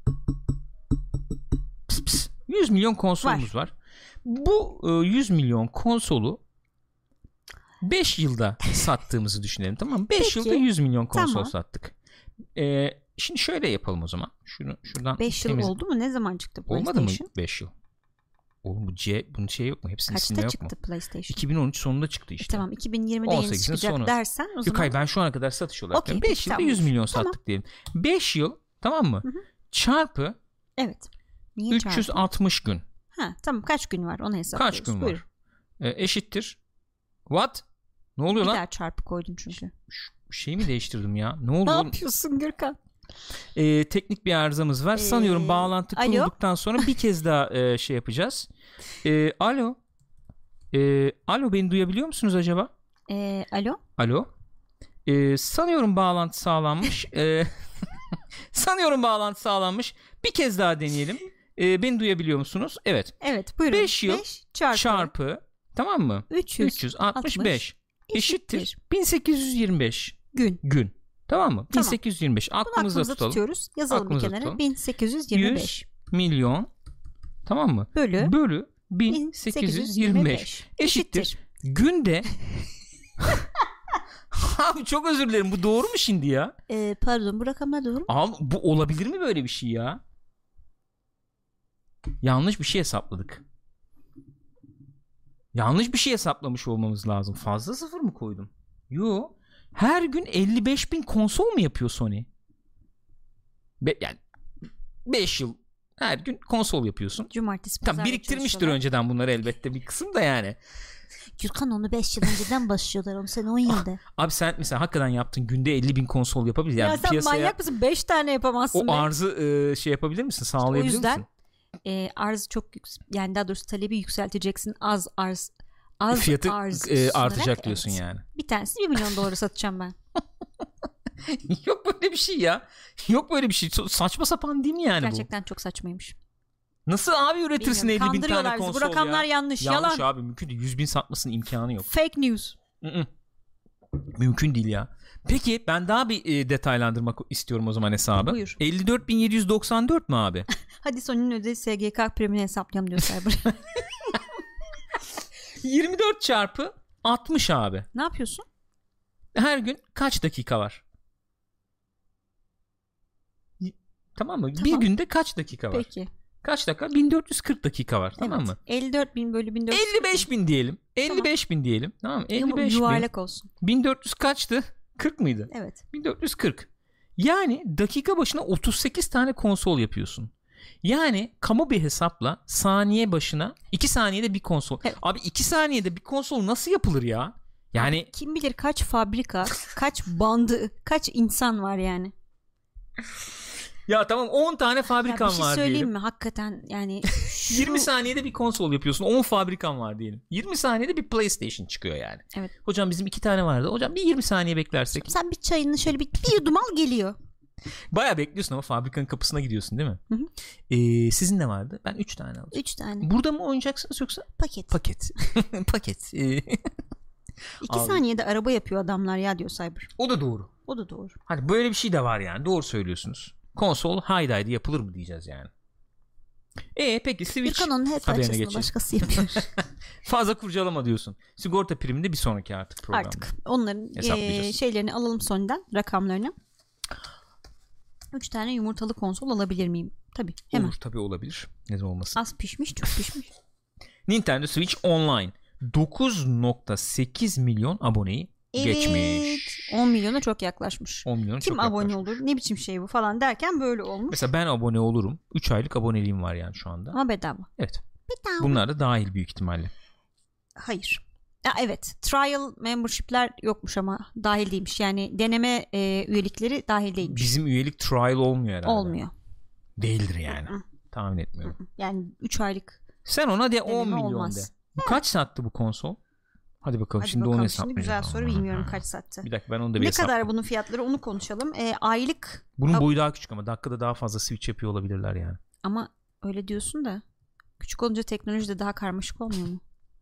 100 milyon konsolumuz var. Bu 100 milyon konsolu 5 yılda sattığımızı düşünelim, tamam mı? 5 yılda 100 milyon konsol sattık. Şimdi şöyle yapalım o zaman. Şuradan 5 yıl oldu mu? Ne zaman çıktı PlayStation? Olmadı mı 5 yıl? Oğlum bunun şey yok mu? Hepsinin isimde yok mu? Kaçta çıktı PlayStation? 2013 sonunda çıktı işte. Tamam, 2020'de yeni çıkacak sonu dersen o zaman. Yok hayır, ben şu ana kadar satış olarak 5 yılda 100 milyon sattık diyelim. 5 yıl, tamam mı? Çarpı. Evet. Niye 360 gün. Tamam, kaç gün var onu hesaplıyoruz. Kaç gün var? Eşittir. What? Ne oluyor lan? Bir daha çarpı koydum çünkü. Şey mi değiştirdim ya? Ne oldu? Ne yapıyorsun Gürkan? Teknik bir arızamız var. Sanıyorum bağlantı kurulduktan sonra bir kez daha şey yapacağız. Alo. Alo, beni duyabiliyor musunuz acaba? Alo. Alo. Sanıyorum bağlantı sağlanmış. Sanıyorum bağlantı sağlanmış. Bir kez daha deneyelim. Beni duyabiliyor musunuz? Evet. Evet, buyurun. 5 yıl çarpı tamam mı? 365 eşittir 1825 gün. Tamam mı? 1825. Aklımızda tutalım. Tutuyoruz. Yazalım bir kenara. 1825. 100 milyon. Tamam mı? Bölü 1825 eşittir. Günde Abi çok özür dilerim. Bu doğru mu şimdi ya? Pardon, bu rakamlar doğru mu? Abi bu olabilir mi böyle bir şey ya? Yanlış bir şey hesapladık. Yanlış bir şey hesaplamış olmamız lazım. Fazla sıfır mı koydum? Yo. Her gün 55.000 konsol mu yapıyor Sony? Yani 5 yıl Her gün konsol yapıyorsun. Cumartesi pazar. Tam biriktirmiştir önceden bunları elbette bir kısım da yani. Gürkan onu 5 yıl önceden başlıyorlar. Onu sen 10 yılda. Abi sen mesela hakikaten yaptın. Günde 50.000 konsol yapabilir. Yani ya sen piyasaya manyak mısın? 5 tane yapamazsın. O arzı şey yapabilir misin? Sağlayabilir misin? O yüzden misin? Arzı çok yani daha doğrusu talebi yükselteceksin. Az fiyatı arz artacak diyorsun yani. Bir tanesi $1 milyon satacağım ben. Yok böyle bir şey ya. Yok böyle bir şey. Saçma sapan değil mi yani? Gerçekten çok saçmaymış. Nasıl abi üretirsin 50.000 tane konsol ya? Bu rakamlar yanlış. Yanlış yalan. Abi mümkün değil. 100.000 satmasının imkanı yok. Fake news. Mümkün değil ya. Peki ben daha bir detaylandırmak istiyorum o zaman hesabı. Buyur. 54.794 mü abi? Hadi Sony'nin ödeli SGK primini hesaplayalım diyor Cyber. 24 çarpı 60 abi. Ne yapıyorsun? Her gün kaç dakika var? Tamam mı? Bir günde kaç dakika var? Peki. Kaç dakika? 1440 dakika var. Tamam mı? 54.000 bölü 1440. 55.000 diyelim. 55.000 diyelim. Tamam mı? 55.000. Yuvarlak olsun. 1400 kaçtı? 40 mıydı? Evet. 1440. Yani dakika başına 38 tane konsol yapıyorsun. Yani kamu bir hesapla saniye başına 2 saniyede bir konsol. Evet. Abi 2 saniyede bir konsol nasıl yapılır ya? Yani abi, kim bilir kaç fabrika, kaç bandı, kaç insan var yani. Ya tamam 10 tane fabrikan var diyelim. Bir şey söyleyeyim mi? Hakikaten yani 20 saniyede bir konsol yapıyorsun. 10 fabrikan var diyelim. 20 saniyede bir PlayStation çıkıyor yani. Evet. Hocam bizim 2 tane vardı. Hocam bir 20 saniye beklersek. Sen bir çayını şöyle bir yudum al geliyor. Bayağı bekliyorsun ama fabrikanın kapısına gidiyorsun değil mi? Hı hı. Sizin ne vardı? Ben 3 tane alacağım. 3 tane. Burada mı oynayacaksınız yoksa? Paket. Paket. 2 saniyede araba yapıyor adamlar ya diyor Cyber. O da doğru. Hani böyle bir şey de var yani. Doğru söylüyorsunuz. Konsol haydi yapılır mı diyeceğiz yani. Peki Switch Gürkan onun hep parçasını başkası yapıyor. Fazla kurcalama diyorsun. Sigorta priminde bir sonraki artık programda. Artık onların şeylerini alalım Sony'den, rakamlarını. 3 tane yumurtalı konsol alabilir miyim? Tabii hemen. Olur tabii olabilir. Neden olmasın? Az pişmiş çok pişmiş. Nintendo Switch Online 9.8 milyon aboneyi geçmiş. 10 milyona çok yaklaşmış. 10 milyona kim çok abone yaklaşmış. olur? Ne biçim şey bu falan derken böyle olmuş. Mesela ben abone olurum. 3 aylık aboneliğim var yani şu anda. Ama bedava. Evet. Bedava. Bunlar da dahil büyük ihtimalle. Hayır. Ya evet. Trial membership'ler yokmuş ama dahil değilmiş. Yani deneme üyelikleri dahil değilmiş. Bizim üyelik trial olmuyor herhalde. Olmuyor. Değildir yani. Tahmin etmiyorum. Yani 3 aylık. Sen ona de 10 milyon olmaz. de. Bu kaç sattı bu konsol? Hadi bakalım şimdi onu hesaplayacağım. Şimdi güzel soru, bilmiyorum kaç sattı. Bir dakika ben onu da bir ne kadar bunun fiyatları onu konuşalım. Aylık. Bunun boyu daha küçük ama dakikada daha fazla switch yapıyor olabilirler yani. Ama öyle diyorsun da küçük olunca teknoloji de daha karmaşık olmuyor mu?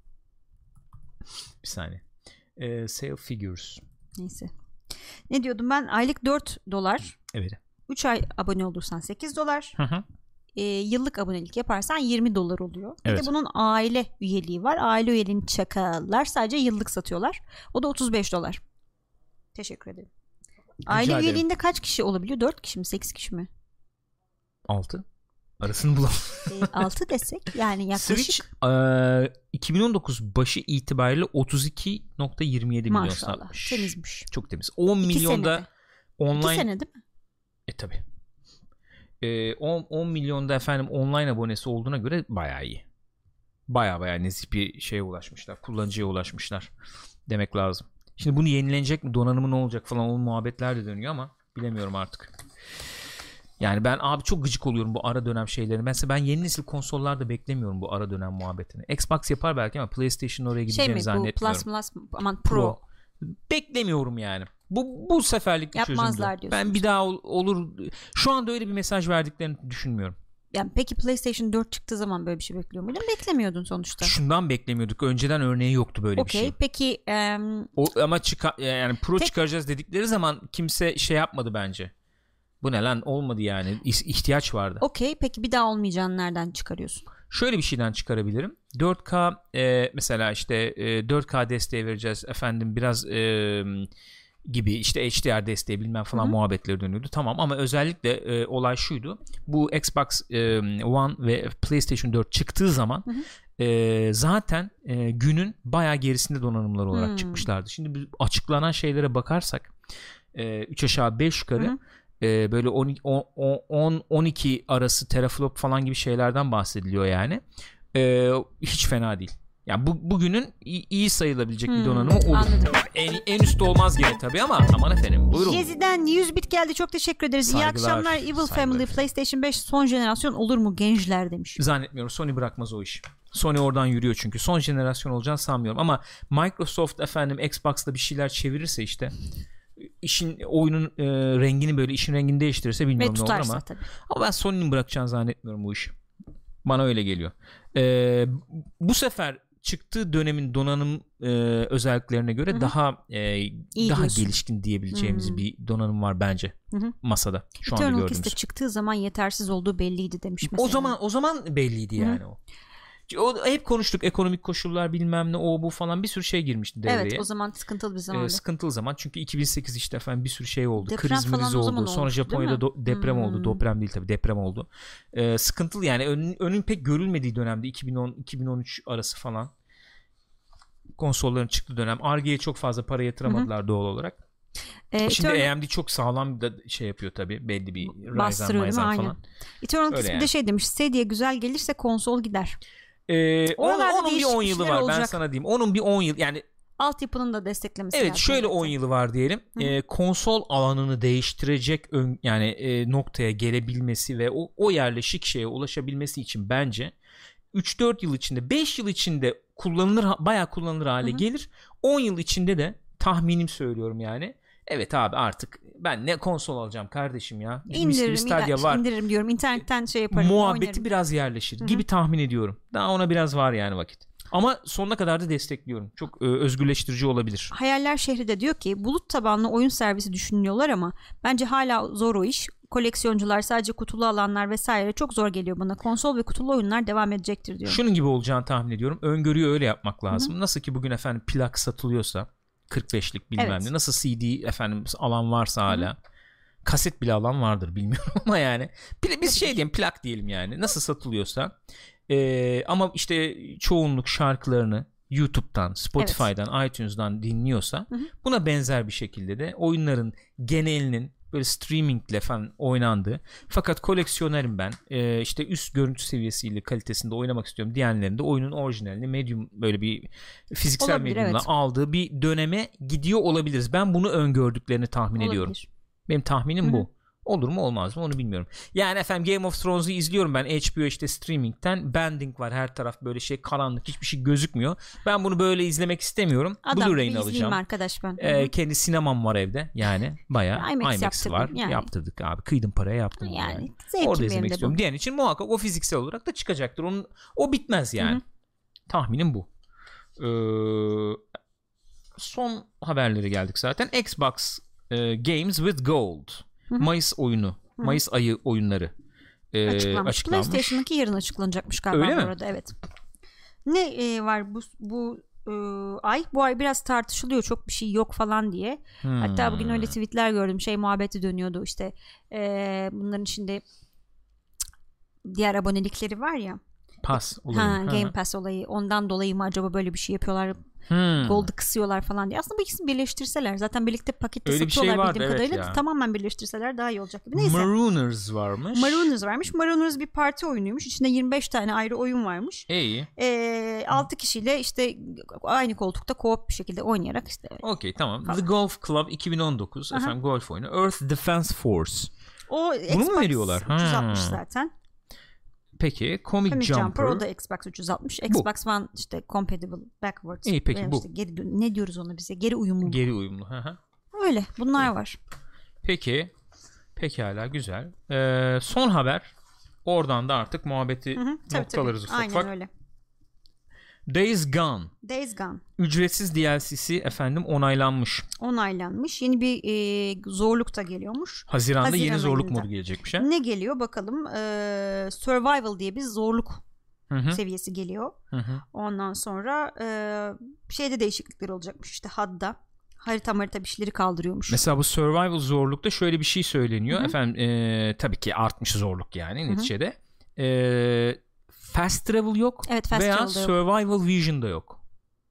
Bir saniye. Sale figures. Neyse. Ne diyordum ben? Aylık $4. Evet. 3 ay abone olursan $8. Hı hı. Yıllık abonelik yaparsan $20 oluyor. Evet. Bir de bunun aile üyeliği var. Aile üyeliğini çakallar. Sadece yıllık satıyorlar. O da $35. Teşekkür ederim. Aile üyeliğinde kaç kişi olabiliyor? 4 kişi mi? 8 kişi mi? 6. Arasını bulalım. 6 desek yani yaklaşık. Switch 2019 başı itibariyle 32.27 milyon satmış. Temizmiş. Çok temiz. 10 milyonda online. 2 sene değil mi? Tabii. 10 milyonda efendim online abonesi olduğuna göre bayağı iyi. Bayağı nezih bir şeye ulaşmışlar. Kullanıcıya ulaşmışlar demek lazım. Şimdi bunu yenilenecek mi? Donanımı ne olacak falan o muhabbetler de dönüyor ama bilemiyorum artık. Yani ben abi çok gıcık oluyorum bu ara dönem şeylerini. Mesela ben yeni nesil konsollarda beklemiyorum bu ara dönem muhabbetini. Xbox yapar belki ama PlayStation oraya gideceğini zannetmiyorum. Bu Plus Pro. Beklemiyorum yani. Bu seferlik bir çözümdü. Yapmazlar diyorsun. Ben bir daha olur. Şu anda öyle bir mesaj verdiklerini düşünmüyorum. Yani peki PlayStation 4 çıktığı zaman böyle bir şey bekliyor muydun? Beklemiyordun sonuçta. Şundan beklemiyorduk. Önceden örneği yoktu böyle bir şey. Peki ama yani Pro çıkaracağız dedikleri zaman kimse şey yapmadı bence. Bu ne lan olmadı yani. İhtiyaç vardı. Peki bir daha olmayacağını nereden çıkarıyorsun? Şöyle bir şeyden çıkarabilirim. 4K mesela işte 4K desteği vereceğiz efendim biraz gibi işte HDR desteği bilmem falan muhabbetleri dönüyordu. Tamam ama özellikle olay şuydu. Bu Xbox One ve PlayStation 4 çıktığı zaman zaten günün bayağı gerisinde donanımlar olarak çıkmışlardı. Şimdi açıklanan şeylere bakarsak 3 aşağı 5 yukarı Böyle 10-12 arası teraflop falan gibi şeylerden bahsediliyor yani. Hiç fena değil. Yani bugünün iyi sayılabilecek bir donanımı olur. Anladım. En üstte olmaz gene tabii ama aman efendim buyurun. Yezi'den 100 bit geldi, çok teşekkür ederiz. Saygılar, İyi akşamlar. Evil saygılar Family efendim. PlayStation 5 son jenerasyon olur mu gençler demiş. Zannetmiyorum, Sony bırakmaz o iş. Sony oradan yürüyor çünkü. Son jenerasyon olacağını sanmıyorum ama Microsoft efendim Xbox'ta bir şeyler çevirirse işte işin oyunun rengini böyle işin rengini değiştirirse bilmiyorum ne olur ama. Tabii. Ama ben Sony'nin bırakacağını zannetmiyorum bu işi. Bana öyle geliyor. Bu sefer çıktığı dönemin donanım özelliklerine göre daha gelişkin diyebileceğimiz bir donanım var bence masada. Şu anda gördüğümüz. Eternal çıktığı zaman yetersiz olduğu belliydi demiş mesela. O zaman belliydi yani o. Hep konuştuk, ekonomik koşullar bilmem ne o bu falan bir sürü şey girmişti devreye. Evet, o zaman sıkıntılı bir zamandı. Sıkıntılı zaman çünkü 2008 işte efendim bir sürü şey oldu. Deprem Kriz mriz oldu. Sonra Japonya'da deprem oldu. Deprem değil tabii, deprem oldu. Sıkıntılı yani önün pek görülmediği dönemde 2010-2013 arası falan. Konsolların çıktığı dönem. Ar-Ge'ye çok fazla para yatıramadılar doğal olarak. Şimdi AMD çok sağlam bir şey yapıyor tabii. Belli bir Ryzen falan. Eternal bir de şey demiş. Stadia güzel gelirse konsol gider. Onun bir 10 yılı var olacak. ben sana diyeyim. Onun bir 10 yıl yani altyapının da desteklemesi lazım. lazım. Şöyle 10 yılı var diyelim. Konsol alanını değiştirecek yani noktaya gelebilmesi ve o şeye ulaşabilmesi için bence 3-4 yıl içinde 5 yıl içinde bayağı kullanılır hale gelir. 10 yıl içinde de tahminim söylüyorum yani. Evet abi artık ben ne konsol alacağım kardeşim ya. İndiririm diyorum. İnternetten şey yaparım. Muhabbeti oynarım. Biraz yerleşir gibi tahmin ediyorum. Daha ona biraz var yani vakit. Ama sonuna kadar da destekliyorum. Çok özgürleştirici olabilir. Hayaller Şehri de diyor ki bulut tabanlı oyun servisi düşünüyorlar ama bence hala zor o iş. Koleksiyoncular, sadece kutulu alanlar vesaire çok zor geliyor bana. Konsol ve kutulu oyunlar devam edecektir diyor. Şunun gibi olacağını tahmin ediyorum. Öngörüyü öyle yapmak lazım. Nasıl ki bugün efendim plak satılıyorsa 45'lik bilmem ne. Nasıl CD efendim alan varsa hala. Kaset bile alan vardır bilmiyorum ama yani. Biz diyelim plak diyelim yani. Nasıl satılıyorsa. Ama işte çoğunluk şarkılarını YouTube'dan, Spotify'dan, iTunes'dan dinliyorsa buna benzer bir şekilde de oyunların genelinin böyle streamingle falan oynandığı fakat koleksiyonerim ben işte üst görüntü seviyesiyle kalitesinde oynamak istiyorum diyenlerin de oyunun orijinalini medium böyle bir fiziksel olabilir, medyumla aldığı bir döneme gidiyor olabiliriz. Ben bunu öngördüklerini tahmin ediyorum. Benim tahminim bu. Olur mu olmaz mı onu bilmiyorum. Yani efendim Game of Thrones'u izliyorum ben HBO işte streaming'ten. Banding var her taraf böyle şey karanlık, hiçbir şey gözükmüyor. Ben bunu böyle izlemek istemiyorum. Blu-ray'ini alacağım. Arkadaş ben. Kendi sinemam var evde yani bayağı IMAX var. Yani. Yaptırdık abi. Kıydım paraya yaptım. Yani. Orada izlemek istiyorum. Diyen için muhakkak o fiziksel olarak da çıkacaktır. O bitmez yani. Tahminim bu. Son haberleri geldik zaten. Xbox Games with Gold. Mayıs oyunu. Mayıs ayı oyunları açıklanmış. PlayStation'daki yarın açıklanacakmış galiba. Öyle mi? Arada, evet. Ne var bu ay? Bu ay biraz tartışılıyor. Çok bir şey yok falan diye. Hatta bugün öyle tweetler gördüm. Muhabbeti dönüyordu işte. Bunların içinde diğer abonelikleri var ya. Pass olayı. Game Pass olayı. Ondan dolayı mı acaba böyle bir şey yapıyorlar? Gold'u kısıyorlar falan diye. Aslında bu ikisini birleştirseler, zaten birlikte pakette öyle satıyorlar şey bildiğim kadarıyla. Tamamen birleştirseler daha iyi olacak gibi. Neyse. Marooners varmış. Marooners bir parti oyunuymuş. İçinde 25 tane ayrı oyun varmış. İyi. 6 kişiyle işte aynı koltukta co-op bir şekilde oynayarak işte. Okey, tamam. Falan. The Golf Club 2019 efendim golf oyunu. Earth Defense Force. O bunu mu veriyorlar? 360 zaten. Peki Comic Jumper o da Xbox 360. Xbox One işte compatible backwards. İyi, peki bu. Işte ne diyoruz ona bize? Geri uyumlu. Geri uyumlu. Öyle. Bunlar var. Peki. Pekala, güzel. Son haber. Oradan da artık muhabbeti noktalarız ufak ufak. Aynen öyle. Days Gone. Ücretsiz DLC'si efendim onaylanmış. Yeni bir zorluk da geliyormuş. Haziran'da yeni zorluk modu gelecekmiş. Ne geliyor bakalım. Survival diye bir zorluk seviyesi geliyor. Ondan sonra şeyde değişiklikler olacakmış işte HUD'da. Harita bir şeyleri kaldırıyormuş. Mesela bu survival zorlukta şöyle bir şey söyleniyor. Efendim tabii ki artmış zorluk yani neticede. Fast travel yok veya survival vision da yok.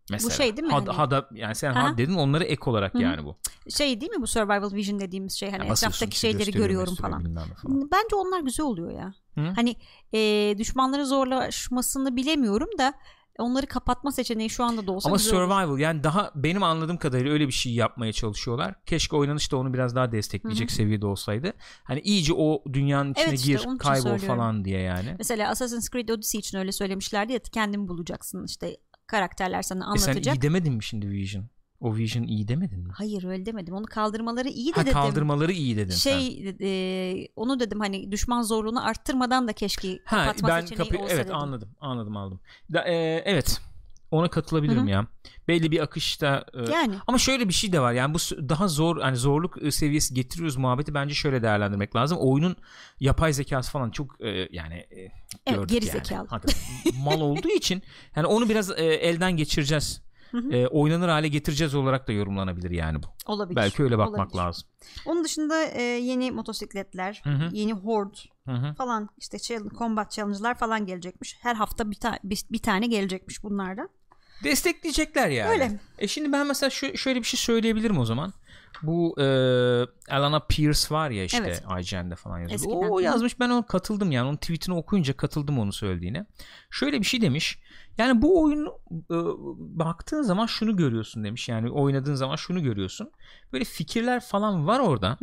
Mesela. Bu şey değil mi? HUD yani sen HUD dedin, onları ek olarak yani bu. Şey değil mi bu survival vision dediğimiz şey, hani etraftaki şeyleri görüyorum falan. Bence onlar güzel oluyor ya. Hani düşmanların zorlaşmasını bilemiyorum da onları kapatma seçeneği şu anda da olsa ama survival olur. Yani daha benim anladığım kadarıyla öyle bir şey yapmaya çalışıyorlar. Keşke oynanış da onu biraz daha destekleyecek seviyede olsaydı. Hani iyice o dünyanın içine gir, kaybol falan diye yani. Mesela Assassin's Creed Odyssey için öyle söylemişlerdi ya, kendin bulacaksın işte, karakterler sana anlatacak. Sen iyi demedin mi şimdi Vision? O Vision iyi demedin mi? Hayır, öyle demedim. Onu kaldırmaları iyi de dedim. Kaldırmaları iyi dedin sen. Onu dedim, hani düşman zorluğunu arttırmadan da keşke kapatma seçeneği olsa evet, dedim. Anladım. Evet. Ona katılabilirim ya. Belli bir akışta yani. Ama şöyle bir şey de var. Yani bu daha zor, hani zorluk seviyesi getiriyoruz muhabbeti bence şöyle değerlendirmek lazım. Oyunun yapay zekası falan çok yani evet, geri zekalı. Mal olduğu için yani onu biraz elden geçireceğiz. Oynanır hale getireceğiz olarak da yorumlanabilir yani bu. Olabilir. Belki öyle bakmak lazım. Onun dışında yeni motosikletler, yeni horde falan, işte combat challenge'lar falan gelecekmiş. Her hafta bir tane gelecekmiş bunlardan. Destekleyecekler yani. Öyle. Şimdi ben mesela şöyle bir şey söyleyebilirim o zaman. Bu Alana Pierce var ya işte, evet. IGN'de falan yazıyor. Eskiden. O yazmış, ben ona katıldım yani. Onun tweetini okuyunca katıldım onu söylediğine. Şöyle bir şey demiş. Yani bu oyun baktığın zaman şunu görüyorsun demiş. Yani oynadığın zaman şunu görüyorsun. Böyle fikirler falan var orada.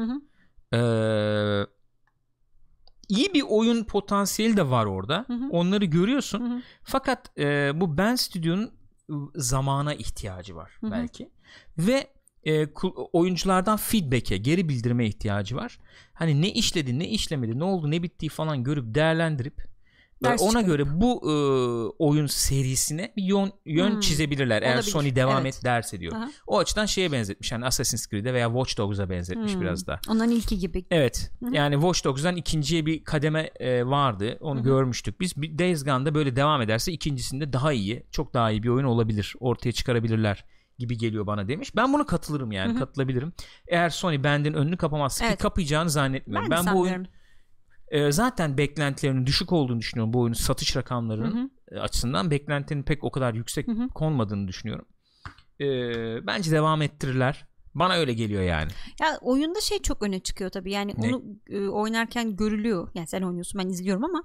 İyi bir oyun potansiyeli de var orada. Onları görüyorsun. Fakat bu Bend Studio'nun zamana ihtiyacı var belki. Ve oyunculardan feedback'e, geri bildirime ihtiyacı var. Hani ne işledi, ne işlemedi, ne oldu, ne bittiği falan görüp değerlendirip ona göre bu oyun serisine bir yön çizebilirler. Eğer Sony devam et derse diyor. O açıdan şeye benzetmiş. Yani Assassin's Creed'e veya Watch Dogs'a benzetmiş biraz da. Onların ilki gibi. Evet. Yani Watch Dogs'dan ikinciye bir kademe vardı. Onu görmüştük. Biz Days Gone'da böyle devam ederse ikincisinde daha iyi, çok daha iyi bir oyun olabilir. Ortaya çıkarabilirler gibi geliyor bana demiş. Ben buna katılırım yani. Katılabilirim. Eğer Sony Bend'in önünü kapamazsa ki kapayacağını zannetmiyorum. Ben bu oyun zaten beklentilerinin düşük olduğunu düşünüyorum. Bu oyunun satış rakamlarının açısından beklentilerin pek o kadar yüksek konmadığını düşünüyorum. Bence devam ettirirler. Bana öyle geliyor yani. Ya oyunda şey çok öne çıkıyor tabii. Yani onu oynarken görülüyor. Yani sen oynuyorsun, ben izliyorum ama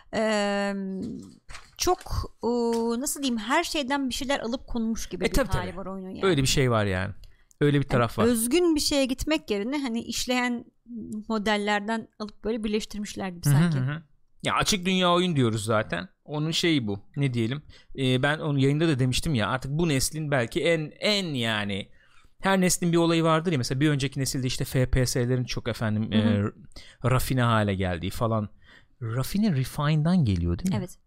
çok nasıl diyeyim, her şeyden bir şeyler alıp konmuş gibi bir hali var oyunun yani. Öyle bir şey var yani. Öyle bir taraf var. Özgün bir şeye gitmek yerine hani işleyen modellerden alıp böyle birleştirmişler gibi sanki. Ya açık dünya oyun diyoruz zaten. Onun şeyi bu. Ne diyelim? Ben onu yayında da demiştim ya. Artık bu neslin belki en yani her neslin bir olayı vardır ya. Mesela bir önceki nesilde işte FPS'lerin çok rafine hale geldiği falan. Refine'dan geliyor değil mi? Evet.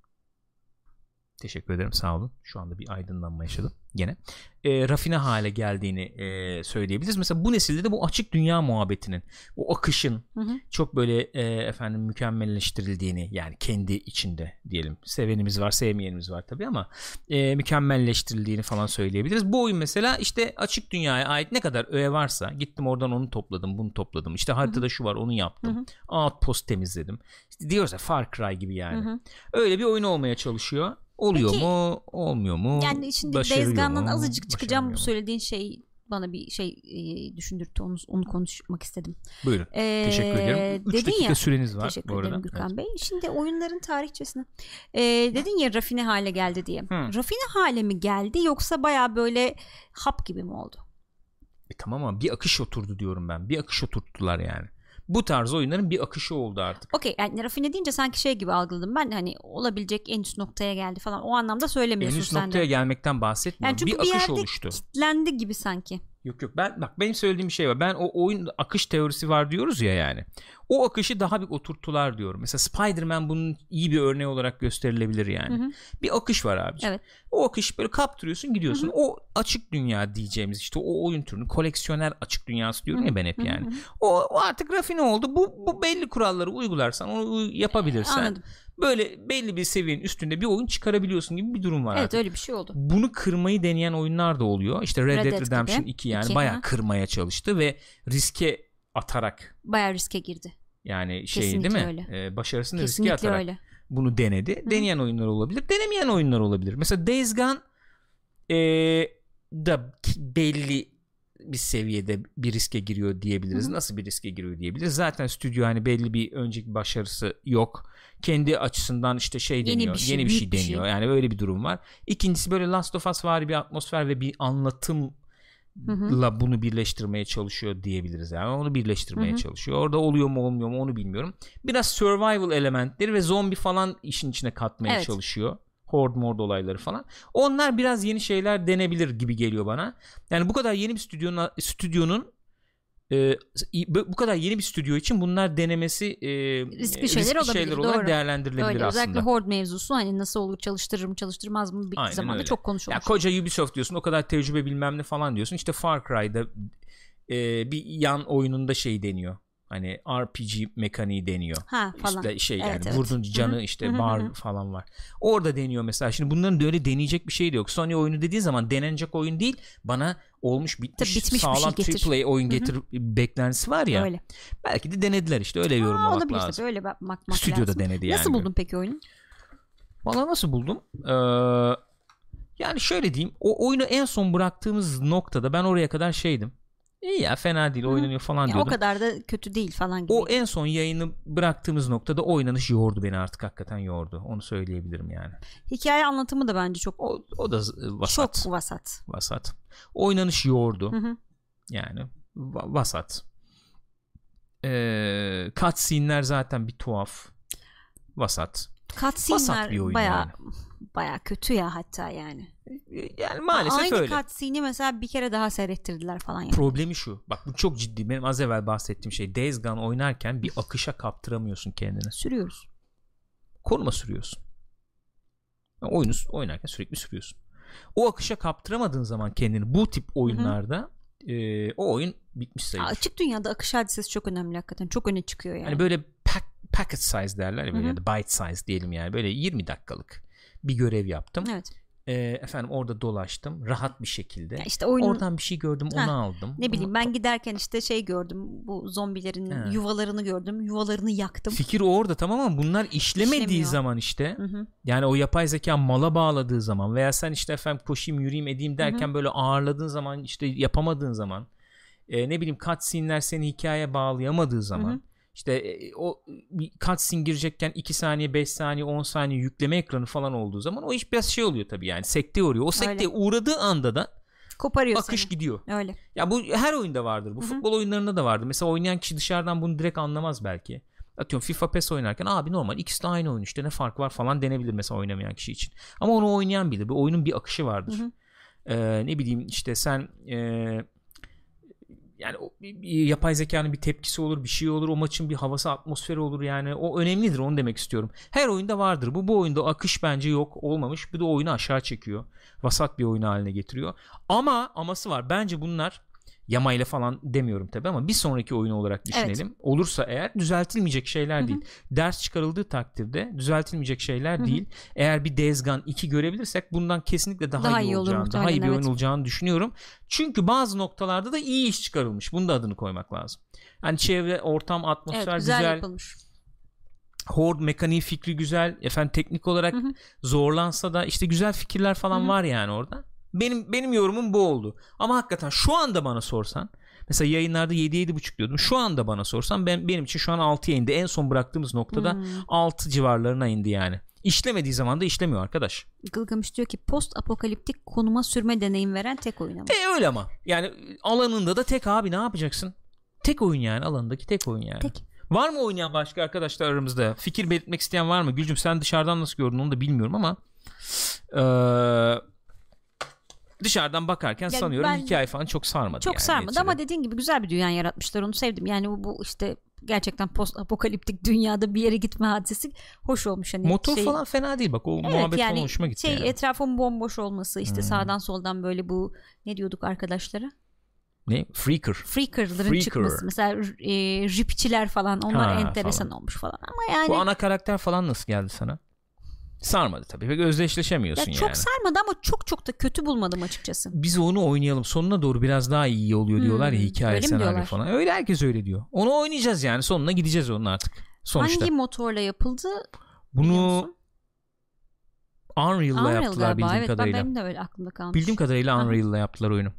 Teşekkür ederim, sağ olun. Şu anda bir aydınlanma yaşadım gene. Rafine hale geldiğini söyleyebiliriz. Mesela bu nesilde de bu açık dünya muhabbetinin, o akışın çok böyle mükemmelleştirildiğini, yani kendi içinde diyelim. Sevenimiz var, sevmeyenimiz var tabii ama mükemmelleştirildiğini falan söyleyebiliriz. Bu oyun mesela işte açık dünyaya ait ne kadar öğe varsa, gittim oradan onu topladım, bunu topladım. İşte haritada şu var, onu yaptım. Outpost temizledim. İşte diyoruz ya, Far Cry gibi yani. Öyle bir oyun olmaya çalışıyor. Oluyor mu? Olmuyor mu? Yani şimdi Days Gone'dan azıcık çıkacağım, bu söylediğin şey bana bir şey düşündürttü. Onu konuşmak istedim. Buyurun. Teşekkür ederim. 3 dakika süreniz var. Teşekkür ederim Gürkan Bey. Şimdi oyunların tarihçesine. Dedin ya rafine hale geldi diye. Rafine hale mi geldi, yoksa baya böyle hap gibi mi oldu? Tamam ama bir akış oturdu diyorum ben. Bir akış oturttular yani. Bu tarz oyunların bir akışı oldu artık. Okey, yani rafine deyince sanki şey gibi algıladım ben, hani olabilecek en üst noktaya geldi falan, o anlamda söylemiyorsun sen de. En üst noktaya gelmekten bahsetmiyorum. Yani bir akış oluştu. Kilitlendi gibi sanki. Yok benim söylediğim bir şey var. Ben o oyun akış teorisi var diyoruz ya yani. O akışı daha bir oturttular diyorum. Mesela Spider-Man bunun iyi bir örneği olarak gösterilebilir yani. Bir akış var abi. Evet. O akış böyle kaptırıyorsun, gidiyorsun. O açık dünya diyeceğimiz işte o oyun türünü, koleksiyoner açık dünyası diyorum ya ben hep yani. O artık rafine oldu. Bu belli kuralları uygularsan, onu yapabilirsen. Anladım. Böyle belli bir seviyenin üstünde bir oyun çıkarabiliyorsun gibi bir durum var. Evet, artık. öyle bir şey oldu. Bunu kırmayı deneyen oyunlar da oluyor. İşte Red Dead Redemption 2 yani bayağı kırmaya çalıştı ve riske atarak. Bayağı riske girdi. Yani kesinlikle değil mi? Başarısını riske atarak öyle. Bunu denedi. Deneyen oyunlar olabilir, denemeyen oyunlar olabilir. Mesela Days Gone da belli bir seviyede bir riske giriyor diyebiliriz. Hı-hı. Nasıl bir riske giriyor diyebiliriz? Zaten stüdyo hani belli bir önceki başarısı yok. Kendi açısından işte deniyor. Yeni bir şey deniyor. Yani öyle bir durum var. İkincisi böyle Last of Us vari bir atmosfer ve bir anlatımla bunu birleştirmeye çalışıyor diyebiliriz. Yani onu birleştirmeye çalışıyor. Orada oluyor mu olmuyor mu onu bilmiyorum. Biraz survival elementleri ve zombi falan işin içine katmaya çalışıyor. Horde mord olayları falan. Onlar biraz yeni şeyler denebilir gibi geliyor bana. Yani bu kadar yeni bir stüdyonun bu kadar yeni bir stüdyo için bunlar denemesi riskli şeyler olarak doğru. değerlendirilebilir öyle, aslında. Özellikle Horde mevzusu hani nasıl olur, çalıştırır mı çalıştırmaz mı bir zamanda çok konuşulmuş. Ya koca Ubisoft diyorsun, o kadar tecrübe bilmem ne falan diyorsun. İşte Far Cry'da bir yan oyununda deniyor. Hani RPG mekaniği deniyor. Falan. İşte yani vurdun canı işte bar falan var. Orada deniyor mesela. Şimdi bunların da öyle deneyecek bir şey de yok. Sony oyunu dediği zaman denenecek oyun değil. Bana olmuş bitmiş sağlam AAA oyun getir beklentisi var ya. Öyle. Belki de denediler işte. Öyle yorumlamak lazım. Işte, öyle bakmak Stüdyoda lazım. denedi yani. Nasıl buldun peki oyunu? Valla nasıl buldum? Yani şöyle diyeyim. O oyunu en son bıraktığımız noktada ben oraya kadar şeydim. İyi ya, fena değil, oynanıyor falan diyordum. O kadar da kötü değil falan gibi. O en son yayını bıraktığımız noktada oynanış yordu beni, artık hakikaten yordu. Onu söyleyebilirim yani. Hikaye anlatımı da bence çok o da vasat. Çok vasat. Vasat. Oynanış yordu. Yani vasat. Cutscene'ler zaten bir tuhaf. Vasat. Cutscene'ler bayağı kötü ya hatta yani. Yani maalesef aynı öyle. Aynı cutscene'i mesela bir kere daha seyrettirdiler falan yani. Problemi şu. Bak bu çok ciddi. Benim az evvel bahsettiğim şey. Days Gone oynarken bir akışa kaptıramıyorsun kendini. Sürüyoruz. Konuma sürüyorsun. Yani oyunu oynarken sürekli sürüyorsun. O akışa kaptıramadığın zaman kendini bu tip oyunlarda o oyun bitmiş sayılır. Açık dünyada akış hadisesi çok önemli hakikaten. Çok öne çıkıyor yani. Hani böyle packet size derler ya, böyle ya da bite size diyelim yani. Böyle 20 dakikalık bir görev yaptım. Evet. Efendim orada dolaştım rahat bir şekilde. Ya işte oyunun... Oradan bir şey gördüm, onu aldım. Ne bileyim, ben giderken işte gördüm. Bu zombilerin yuvalarını gördüm. Yuvalarını yaktım. Fikir orada, tamam, ama bunlar işlemediği zaman işte. Yani o yapay zeka mala bağladığı zaman veya sen işte efendim koşayım yürüyeyim edeyim derken böyle ağırladığın zaman, işte yapamadığın zaman, ne bileyim cutscene'ler seni hikayeye bağlayamadığı zaman, işte o cutscene girecekken 2 saniye 5 saniye 10 saniye yükleme ekranı falan olduğu zaman o iş biraz şey oluyor tabii, yani sekteye uğruyor. O sekteye uğradığı anda da koparıyor akış seni. Gidiyor. Öyle. Ya bu her oyunda vardır. Bu futbol oyunlarında da vardır. Mesela oynayan kişi dışarıdan bunu direkt anlamaz belki. Atıyorum FIFA PES oynarken abi normal ikisi de aynı oyun, işte ne fark var falan denebilir mesela oynamayan kişi için. Ama onu oynayan bilir. Bu oyunun bir akışı vardır. Ne bileyim işte sen yani yapay zekanın bir tepkisi olur, bir şey olur, o maçın bir havası, atmosferi olur, yani o önemlidir, onu demek istiyorum. Her oyunda vardır. Bu oyunda akış bence yok, olmamış. Bu da oyunu aşağı çekiyor. Vasat bir oyun haline getiriyor. Aması var. Bence bunlar yamayla falan demiyorum tabii ama bir sonraki oyunu olarak düşünelim. Evet. Olursa eğer düzeltilmeyecek şeyler değil. Ders çıkarıldığı takdirde düzeltilmeyecek şeyler değil. Eğer bir Days Gone 2 görebilirsek bundan kesinlikle daha iyi olacağını, daha iyi bir oyun olacağını düşünüyorum. Çünkü bazı noktalarda da iyi iş çıkarılmış. Bunun da adını koymak lazım. Yani çevre, ortam, atmosfer güzel. Yapılmış. Horde mekaniği fikri güzel. Efendim teknik olarak zorlansa da işte güzel fikirler falan var yani orada. Benim yorumum bu oldu. Ama hakikaten şu anda bana sorsan, mesela yayınlarda 7-7.5 diyordum. Şu anda bana sorsan benim için şu an 6'ya indi. En son bıraktığımız noktada 6 civarlarına indi yani. İşlemediği zaman da işlemiyor arkadaş. Gılgamış diyor ki post apokaliptik konuma sürme deneyim veren tek oyun ama. Öyle ama. Yani alanında da tek abi, ne yapacaksın? Tek oyun yani, alanındaki tek oyun yani. Tek. Var mı oynayan başka arkadaşlar aramızda? Fikir belirtmek isteyen var mı? Gülcüm sen dışarıdan nasıl gördün onu da bilmiyorum ama dışarıdan bakarken yani sanıyorum hikaye falan çok sarmadı. Çok yani sarmadı ama dediğin gibi güzel bir dünya yaratmışlar, onu sevdim. Yani bu işte gerçekten post apokaliptik dünyada bir yere gitme hadisesi hoş olmuş. Hani motor falan fena değil bak, o muhabbet yani, falan hoşuma gitti. Yani. Etrafın bomboş olması, işte sağdan soldan böyle bu ne diyorduk arkadaşlara? Ne? Freaker'ların çıkması. Mesela jipçiler falan, onlar enteresan falan olmuş falan ama yani. Bu ana karakter falan nasıl geldi sana? Sarmadı tabii. Pek özdeşleşemiyorsun ya çok sarmadı ama çok da kötü bulmadım açıkçası. Biz onu oynayalım. Sonuna doğru biraz daha iyi oluyor diyorlar ya, hikaye, senaryo falan. Öyle herkes öyle diyor. Onu oynayacağız yani. Sonuna gideceğiz onun artık. Sonuçta. Hangi motorla yapıldı? Bunu Unreal'la yaptılar galiba, bildiğim kadarıyla. Benim de öyle aklımda kalmış. Bildiğim kadarıyla Unreal'la yaptılar oyunu.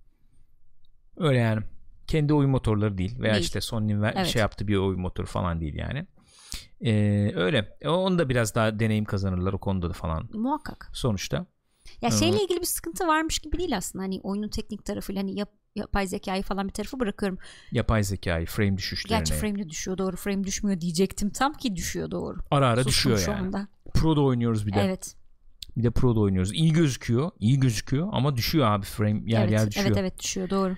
Öyle yani. Kendi oyun motorları değil veya işte Sony'nin şey yaptığı bir oyun motoru falan değil yani. Öyle. Onda biraz daha deneyim kazanırlar o konuda da falan. Muhakkak. Sonuçta. Ya şeyle ilgili bir sıkıntı varmış gibi değil aslında. Hani oyunun teknik tarafıyla hani yapay zekayı falan bir tarafa bırakıyorum. Yapay zekayı, frame düşüşlerine. Gerçi frame de düşüyor, doğru. Frame düşmüyor diyecektim. Tam ki düşüyor, doğru. Ara düşüyor yani. Anda. Pro'da oynuyoruz bir de. Evet. Bir de Pro'da oynuyoruz. İyi gözüküyor ama düşüyor abi frame yer düşüyor. Evet düşüyor, doğru.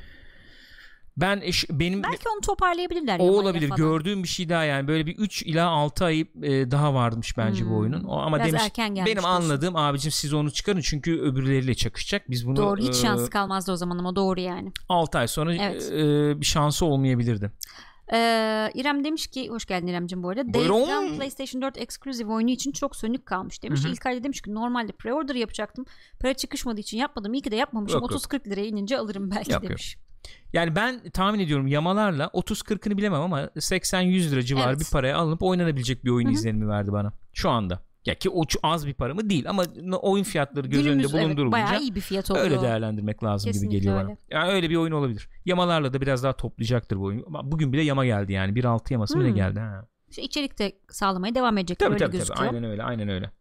Benim belki onu toparlayabilirler. O olabilir. Falan. Gördüğüm bir şey daha yani böyle bir 3 ila 6 ay daha varmış bence bu oyunun. Ama biraz demiş benim anladığım abicim siz onu çıkarın çünkü öbürleriyle çakışacak. Biz bunu doğru, hiç şansı kalmazdı o zaman ama doğru yani. 6 ay sonra bir şansı olmayabilirdi. İrem demiş ki, hoş geldin İremciğim bu arada. Days Gone PlayStation 4 Exclusive oyunu için çok sönük kalmış demiş. İlkay da demiş ki normalde pre-order yapacaktım. Para çıkışmadığı için yapmadım. İyi ki de yapmamışım. 30-40 liraya inince alırım belki demiş. Yani ben tahmin ediyorum yamalarla 30-40'ını bilemem ama 80-100 lira civarı bir paraya alınıp oynanabilecek bir oyun izlenimi verdi bana şu anda. Ya ki o az bir para mı değil ama oyun fiyatları göz önünde bulundurulunca bayağı iyi bir fiyat oluyor. Öyle değerlendirmek lazım kesinlikle gibi geliyor bana. Yani öyle bir oyun olabilir. Yamalarla da biraz daha toplayacaktır bu oyun. Bugün bile yama geldi yani 1.6 yaması mı ne geldi ha. İşte içerik de sağlamaya devam edecekler öyle gözüküyor. Aynen öyle.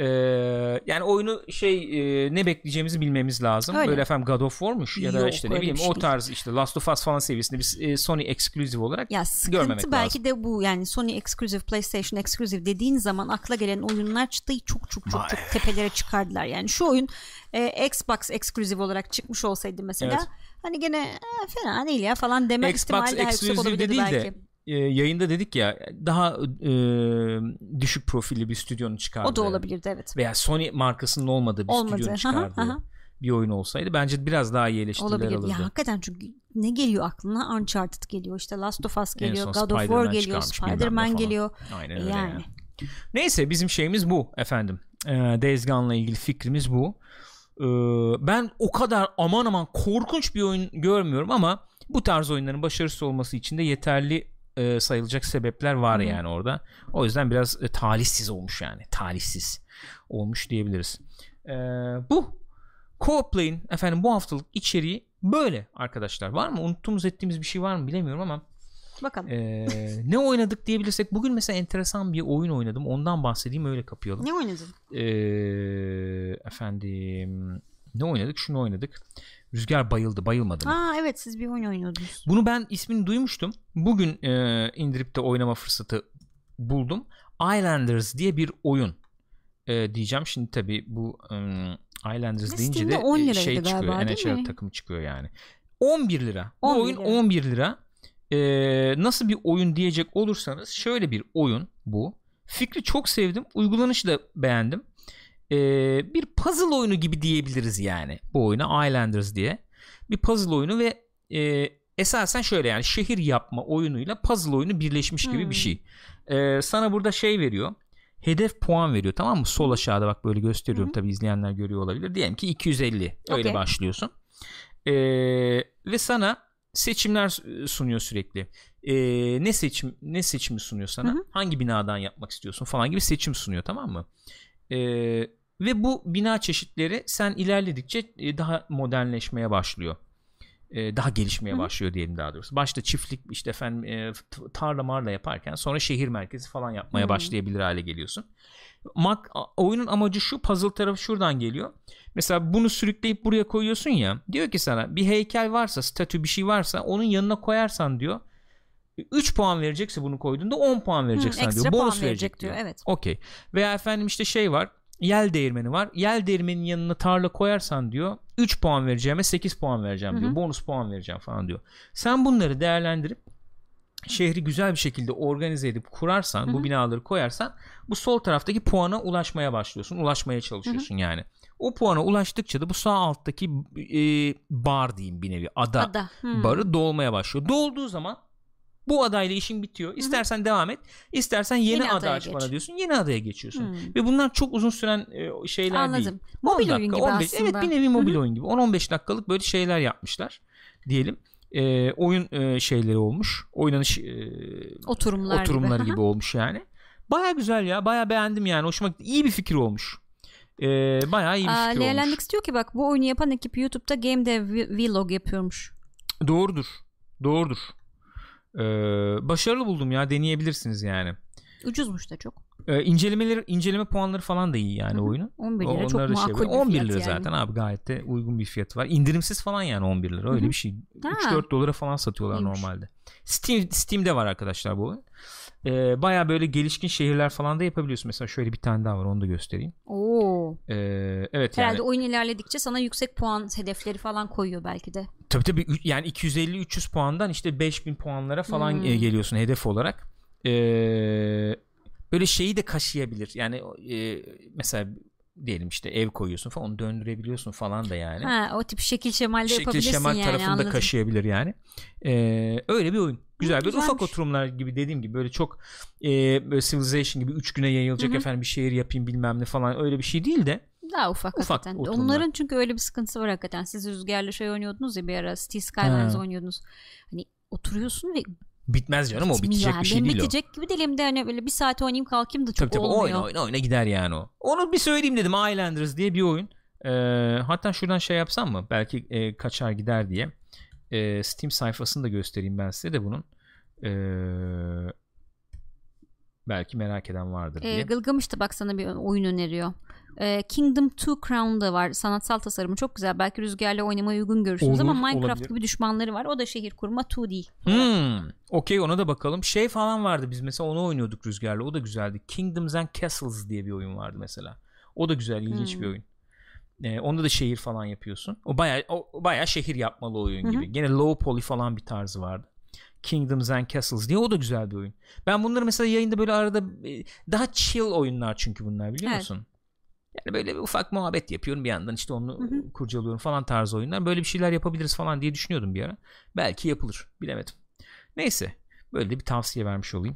Yani oyunu ne bekleyeceğimizi bilmemiz lazım. Öyle. Böyle efendim God of War'muş ya da işte ne bileyim o tarz işte Last of Us falan seviyesinde bir Sony Exclusive olarak görmemek lazım. Belki de bu yani Sony Exclusive, PlayStation Exclusive dediğin zaman akla gelen oyunlar çıtayı çok tepelere çıkardılar. Yani şu oyun Xbox Exclusive olarak çıkmış olsaydı mesela hani gene fena değil ya falan demek ihtimali daha yüksek olabilirdi belki. Yayında dedik ya daha düşük profilli bir stüdyonun çıkardığı. O da olabilirdi evet. Veya Sony markasının olmadığı bir stüdyonun çıkardığı bir oyun olsaydı bence biraz daha iyi eleştiriler alırdı. Ya hakikaten çünkü ne geliyor aklına? Uncharted geliyor, işte Last of Us geliyor, God of War geliyor, Spider-Man geliyor. Aynen öyle yani. Neyse bizim şeyimiz bu efendim. Days Gone'la ilgili fikrimiz bu. Ben o kadar aman korkunç bir oyun görmüyorum ama bu tarz oyunların başarısız olması için de yeterli sayılacak sebepler var yani orada. O yüzden biraz talihsiz olmuş yani. Talihsiz olmuş diyebiliriz. Bu Co-op Play'in efendim bu haftalık içeriği böyle arkadaşlar. Var mı? Unuttuğumuz ettiğimiz bir şey var mı bilemiyorum ama bakalım. Ne oynadık diyebilirsek bugün mesela enteresan bir oyun oynadım. Ondan bahsedeyim öyle kapayalım. Ne oynadın? Efendim ne oynadık? Şunu oynadık. Rüzgar bayılmadı mı? Evet siz bir oyun oynuyordunuz. Bunu ben ismini duymuştum. Bugün indirip de oynama fırsatı buldum. Islanders diye bir oyun diyeceğim. Şimdi tabii bu Islanders deyince de şey çıkıyor. NHL takımı çıkıyor yani. 11 lira. Bu oyun 11 lira. Nasıl bir oyun diyecek olursanız şöyle bir oyun bu. Fikri çok sevdim. Uygulanışı da beğendim. Bir puzzle oyunu gibi diyebiliriz yani bu oyuna. Islanders diye bir puzzle oyunu ve esasen şöyle yani şehir yapma oyunuyla puzzle oyunu birleşmiş gibi bir şey. Sana burada şey veriyor, hedef puan veriyor, tamam mı? Sol aşağıda bak böyle gösteriyorum, tabii izleyenler görüyor olabilir. Diyelim ki 250 öyle başlıyorsun ve sana seçimler sunuyor sürekli. Ne seçimi sunuyor sana? Hangi binadan yapmak istiyorsun falan gibi seçim sunuyor, tamam mı? Ve bu bina çeşitleri sen ilerledikçe daha modernleşmeye başlıyor. Daha gelişmeye başlıyor diyelim daha doğrusu. Başta çiftlik işte efendim tarla marla yaparken sonra şehir merkezi falan yapmaya başlayabilir hale geliyorsun. Oyunun amacı şu, puzzle tarafı şuradan geliyor. Mesela bunu sürükleyip buraya koyuyorsun ya, diyor ki sana bir heykel varsa, statü bir şey varsa onun yanına koyarsan diyor 3 puan verecekse bunu koyduğunda 10 puan verecek sana diyor. Bonus verecek diyor. Evet. Okey. Veya efendim işte şey var. Yel değirmeni var. Yel değirmenin yanına tarla koyarsan diyor 3 puan vereceğime 8 puan vereceğim diyor. Bonus puan vereceğim falan diyor. Sen bunları değerlendirip şehri güzel bir şekilde organize edip kurarsan, bu binaları koyarsan bu sol taraftaki puana ulaşmaya başlıyorsun. Ulaşmaya çalışıyorsun yani. O puana ulaştıkça da bu sağ alttaki bar diyeyim bir nevi ada. Barı dolmaya başlıyor. Dolduğu zaman bu adayla işin bitiyor. İstersen devam et. İstersen yeni ada aç bana diyorsun. Yeni adaya geçiyorsun. Ve bunlar çok uzun süren şeyler değil. Mobil oyun gibi 15, aslında. Evet, bir nevi mobil oyun gibi. 10-15 dakikalık böyle şeyler yapmışlar diyelim. Oyun şeyleri olmuş. Oynanış oturumlar gibi olmuş yani. Baya güzel ya. Baya beğendim yani. Hoşuma gitti. İyi bir fikir olmuş. Bayağı iyi bir fikir olmuş. Leylendix diyor ki bak bu oyunu yapan ekip YouTube'da Game Dev Vlog yapıyormuş. Doğrudur. Başarılı buldum ya, deneyebilirsiniz yani. Ucuzmuş da çok. İnceleme puanları falan da iyi yani oyunun. 11 lira çok makul bir 11 fiyat lira yani. zaten abi, gayet de uygun bir fiyatı var. İndirimsiz falan yani 11 lira öyle bir şey. 3-4 dolara falan satıyorlar İyiymiş. normalde. Steam'de var arkadaşlar bu oyun. Baya böyle gelişkin şehirler falan da yapabiliyorsun. Mesela şöyle bir tane daha var, onu da göstereyim. Oo. Evet herhalde yani. oyun ilerledikçe sana yüksek puan hedefleri falan koyuyor belki de. Tabii yani 250-300 puandan işte 5000 puanlara falan geliyorsun hedef olarak. Böyle şeyi de kaşıyabilir. Yani mesela diyelim işte ev koyuyorsun falan, onu döndürebiliyorsun falan da yani. O tip şekil şemalde yapabilirsin şemal yani. tarafını anladım. da kaşıyabilir yani. Öyle bir oyun. Güzel. Böyle Güzelmiş. ufak oturumlar gibi, dediğim gibi böyle çok böyle Civilization gibi 3 güne yayılacak efendim bir şehir yapayım bilmem ne falan, öyle bir şey değil de Daha ufak hakikaten. oturumlar. Onların çünkü öyle bir sıkıntısı var hakikaten. Siz Rüzgar'la şey oynuyordunuz ya bir ara, Cities Skylines oynuyordunuz. Hani oturuyorsun ve bitmez canım, o bitecek yani. bir şey değil o. Bitecek gibi değil, hem de hani böyle bir saat oynayayım kalkayım da çok tabii, olmuyor. oyna gider yani o. Onu bir söyleyeyim dedim, Islanders diye bir oyun. Hatta şuradan şey yapsam mı? Belki kaçar gider diye. Steam sayfasını da göstereyim ben size de bunun. Belki merak eden vardır diye. Gılgamış da bak sana bir oyun öneriyor. Kingdom 2 Crown'da var. Sanatsal tasarımı çok güzel. Belki Rüzgar'la oynamaya uygun görürsünüz ama Minecraft olabilir. gibi düşmanları var. O da şehir kurma 2D. Okey, ona da bakalım. Şey falan vardı, biz mesela onu oynuyorduk Rüzgar'la. O da güzeldi. Kingdoms and Castles diye bir oyun vardı mesela. O da güzel, ilginç bir oyun. Onda da şehir falan yapıyorsun. O bayağı şehir yapmalı oyun gibi. Gene low poly falan bir tarzı vardı. Kingdoms and Castles diye, o da güzel bir oyun. Ben bunları mesela yayında böyle arada daha chill oyunlar çünkü bunlar, biliyor musun? Yani böyle bir ufak muhabbet yapıyorum bir yandan, işte onu kurcalıyorum falan tarzı oyunlar. Böyle bir şeyler yapabiliriz falan diye düşünüyordum bir ara. Belki yapılır, bilemedim. Neyse, böyle de bir tavsiye vermiş olayım.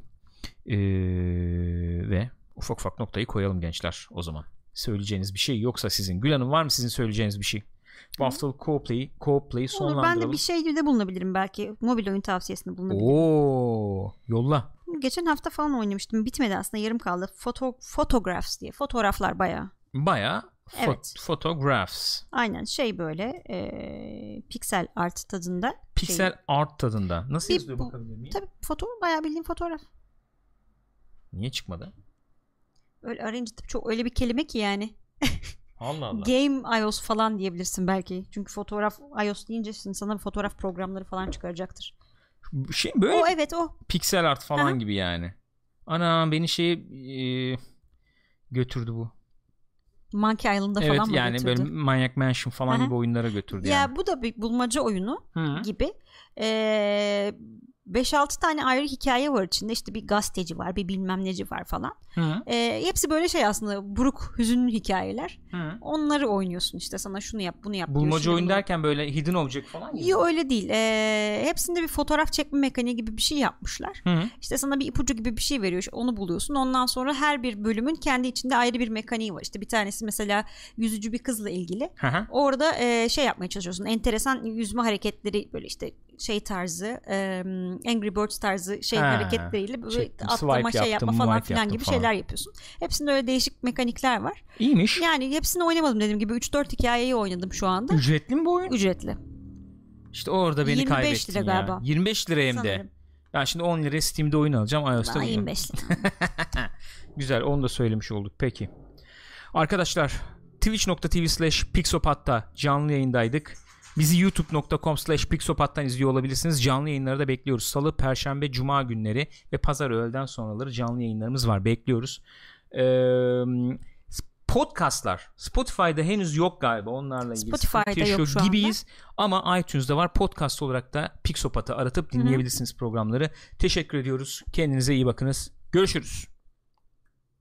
Ve ufak noktayı koyalım gençler o zaman. Söyleyeceğiniz bir şey yoksa sizin. Gül Hanım, var mı sizin söyleyeceğiniz bir şey? Bu haftalık co-op play'i sonlandıralım. Ben de bir şeyde bulunabilirim belki. Mobil oyun tavsiyesinde bulunabilirim. Yolla. Geçen hafta falan oynamıştım. Bitmedi aslında, yarım kaldı. Photographs diye. Fotoğraflar bayağı. Evet. Photographs. Aynen böyle piksel art tadında. Piksel art tadında. Nasıl yazıyor, bakabilir miyim? Tabii bayağı bildiğin fotoğraf. Niye çıkmadı? Öyle arayınca çok öyle bir kelime ki yani. Allah. Game iOS falan diyebilirsin belki. Çünkü fotoğraf iOS deyince sana fotoğraf programları falan çıkaracaktır. Şey böyle. O. Piksel art falan gibi yani. Ana, beni götürdü bu. Monkey Island'a falan mı yani götürdü? Böyle Maniac Mansion falan gibi oyunlara götürdü yani. Ya bu da bir bulmaca oyunu gibi. 5-6 tane ayrı hikaye var içinde. İşte bir gazeteci var, bir bilmem neci var falan. Hepsi böyle aslında buruk, hüzünlü hikayeler. Onları oynuyorsun, işte sana şunu yap, bunu yap. Bulmaca oyun derken böyle hidden object falan gibi. Yok, öyle değil. Hepsinde bir fotoğraf çekme mekaniği gibi bir şey yapmışlar. İşte sana bir ipucu gibi bir şey veriyor. Onu buluyorsun. Ondan sonra her bir bölümün kendi içinde ayrı bir mekaniği var. İşte bir tanesi mesela yüzücü bir kızla ilgili. Orada yapmaya çalışıyorsun. Enteresan yüzme hareketleri, böyle işte tarzı, Angry Birds tarzı hareketleriyle böyle atlama, yapma falan filan gibi şeyler yapıyorsun. Hepsinde öyle değişik mekanikler var. İyiymiş. Yani hepsini oynamadım, dediğim gibi 3-4 hikayeyi oynadım şu anda. Ücretli mi bu oyun? Ücretli. İşte orada beni kaybettin 25 lira galiba. 25 lira hem de. Ya şimdi 10 liraya Steam'de oyun alacağım. iOS'ta 25 lira. Güzel, onu da söylemiş olduk. Peki. Arkadaşlar, twitch.tv/pixopat'ta canlı yayındaydık. Bizi youtube.com/pixopat'tan izliyor olabilirsiniz. Canlı yayınları da bekliyoruz. Salı, Perşembe, Cuma günleri ve Pazar öğleden sonraları canlı yayınlarımız var. Bekliyoruz. Podcastlar Spotify'da henüz yok galiba. Onlarla ilgili Spotify'da yok şu gibiyiz. anda. Ama iTunes'da var. Podcast olarak da Pixopat'ı aratıp dinleyebilirsiniz programları. Teşekkür ediyoruz. Kendinize iyi bakınız. Görüşürüz.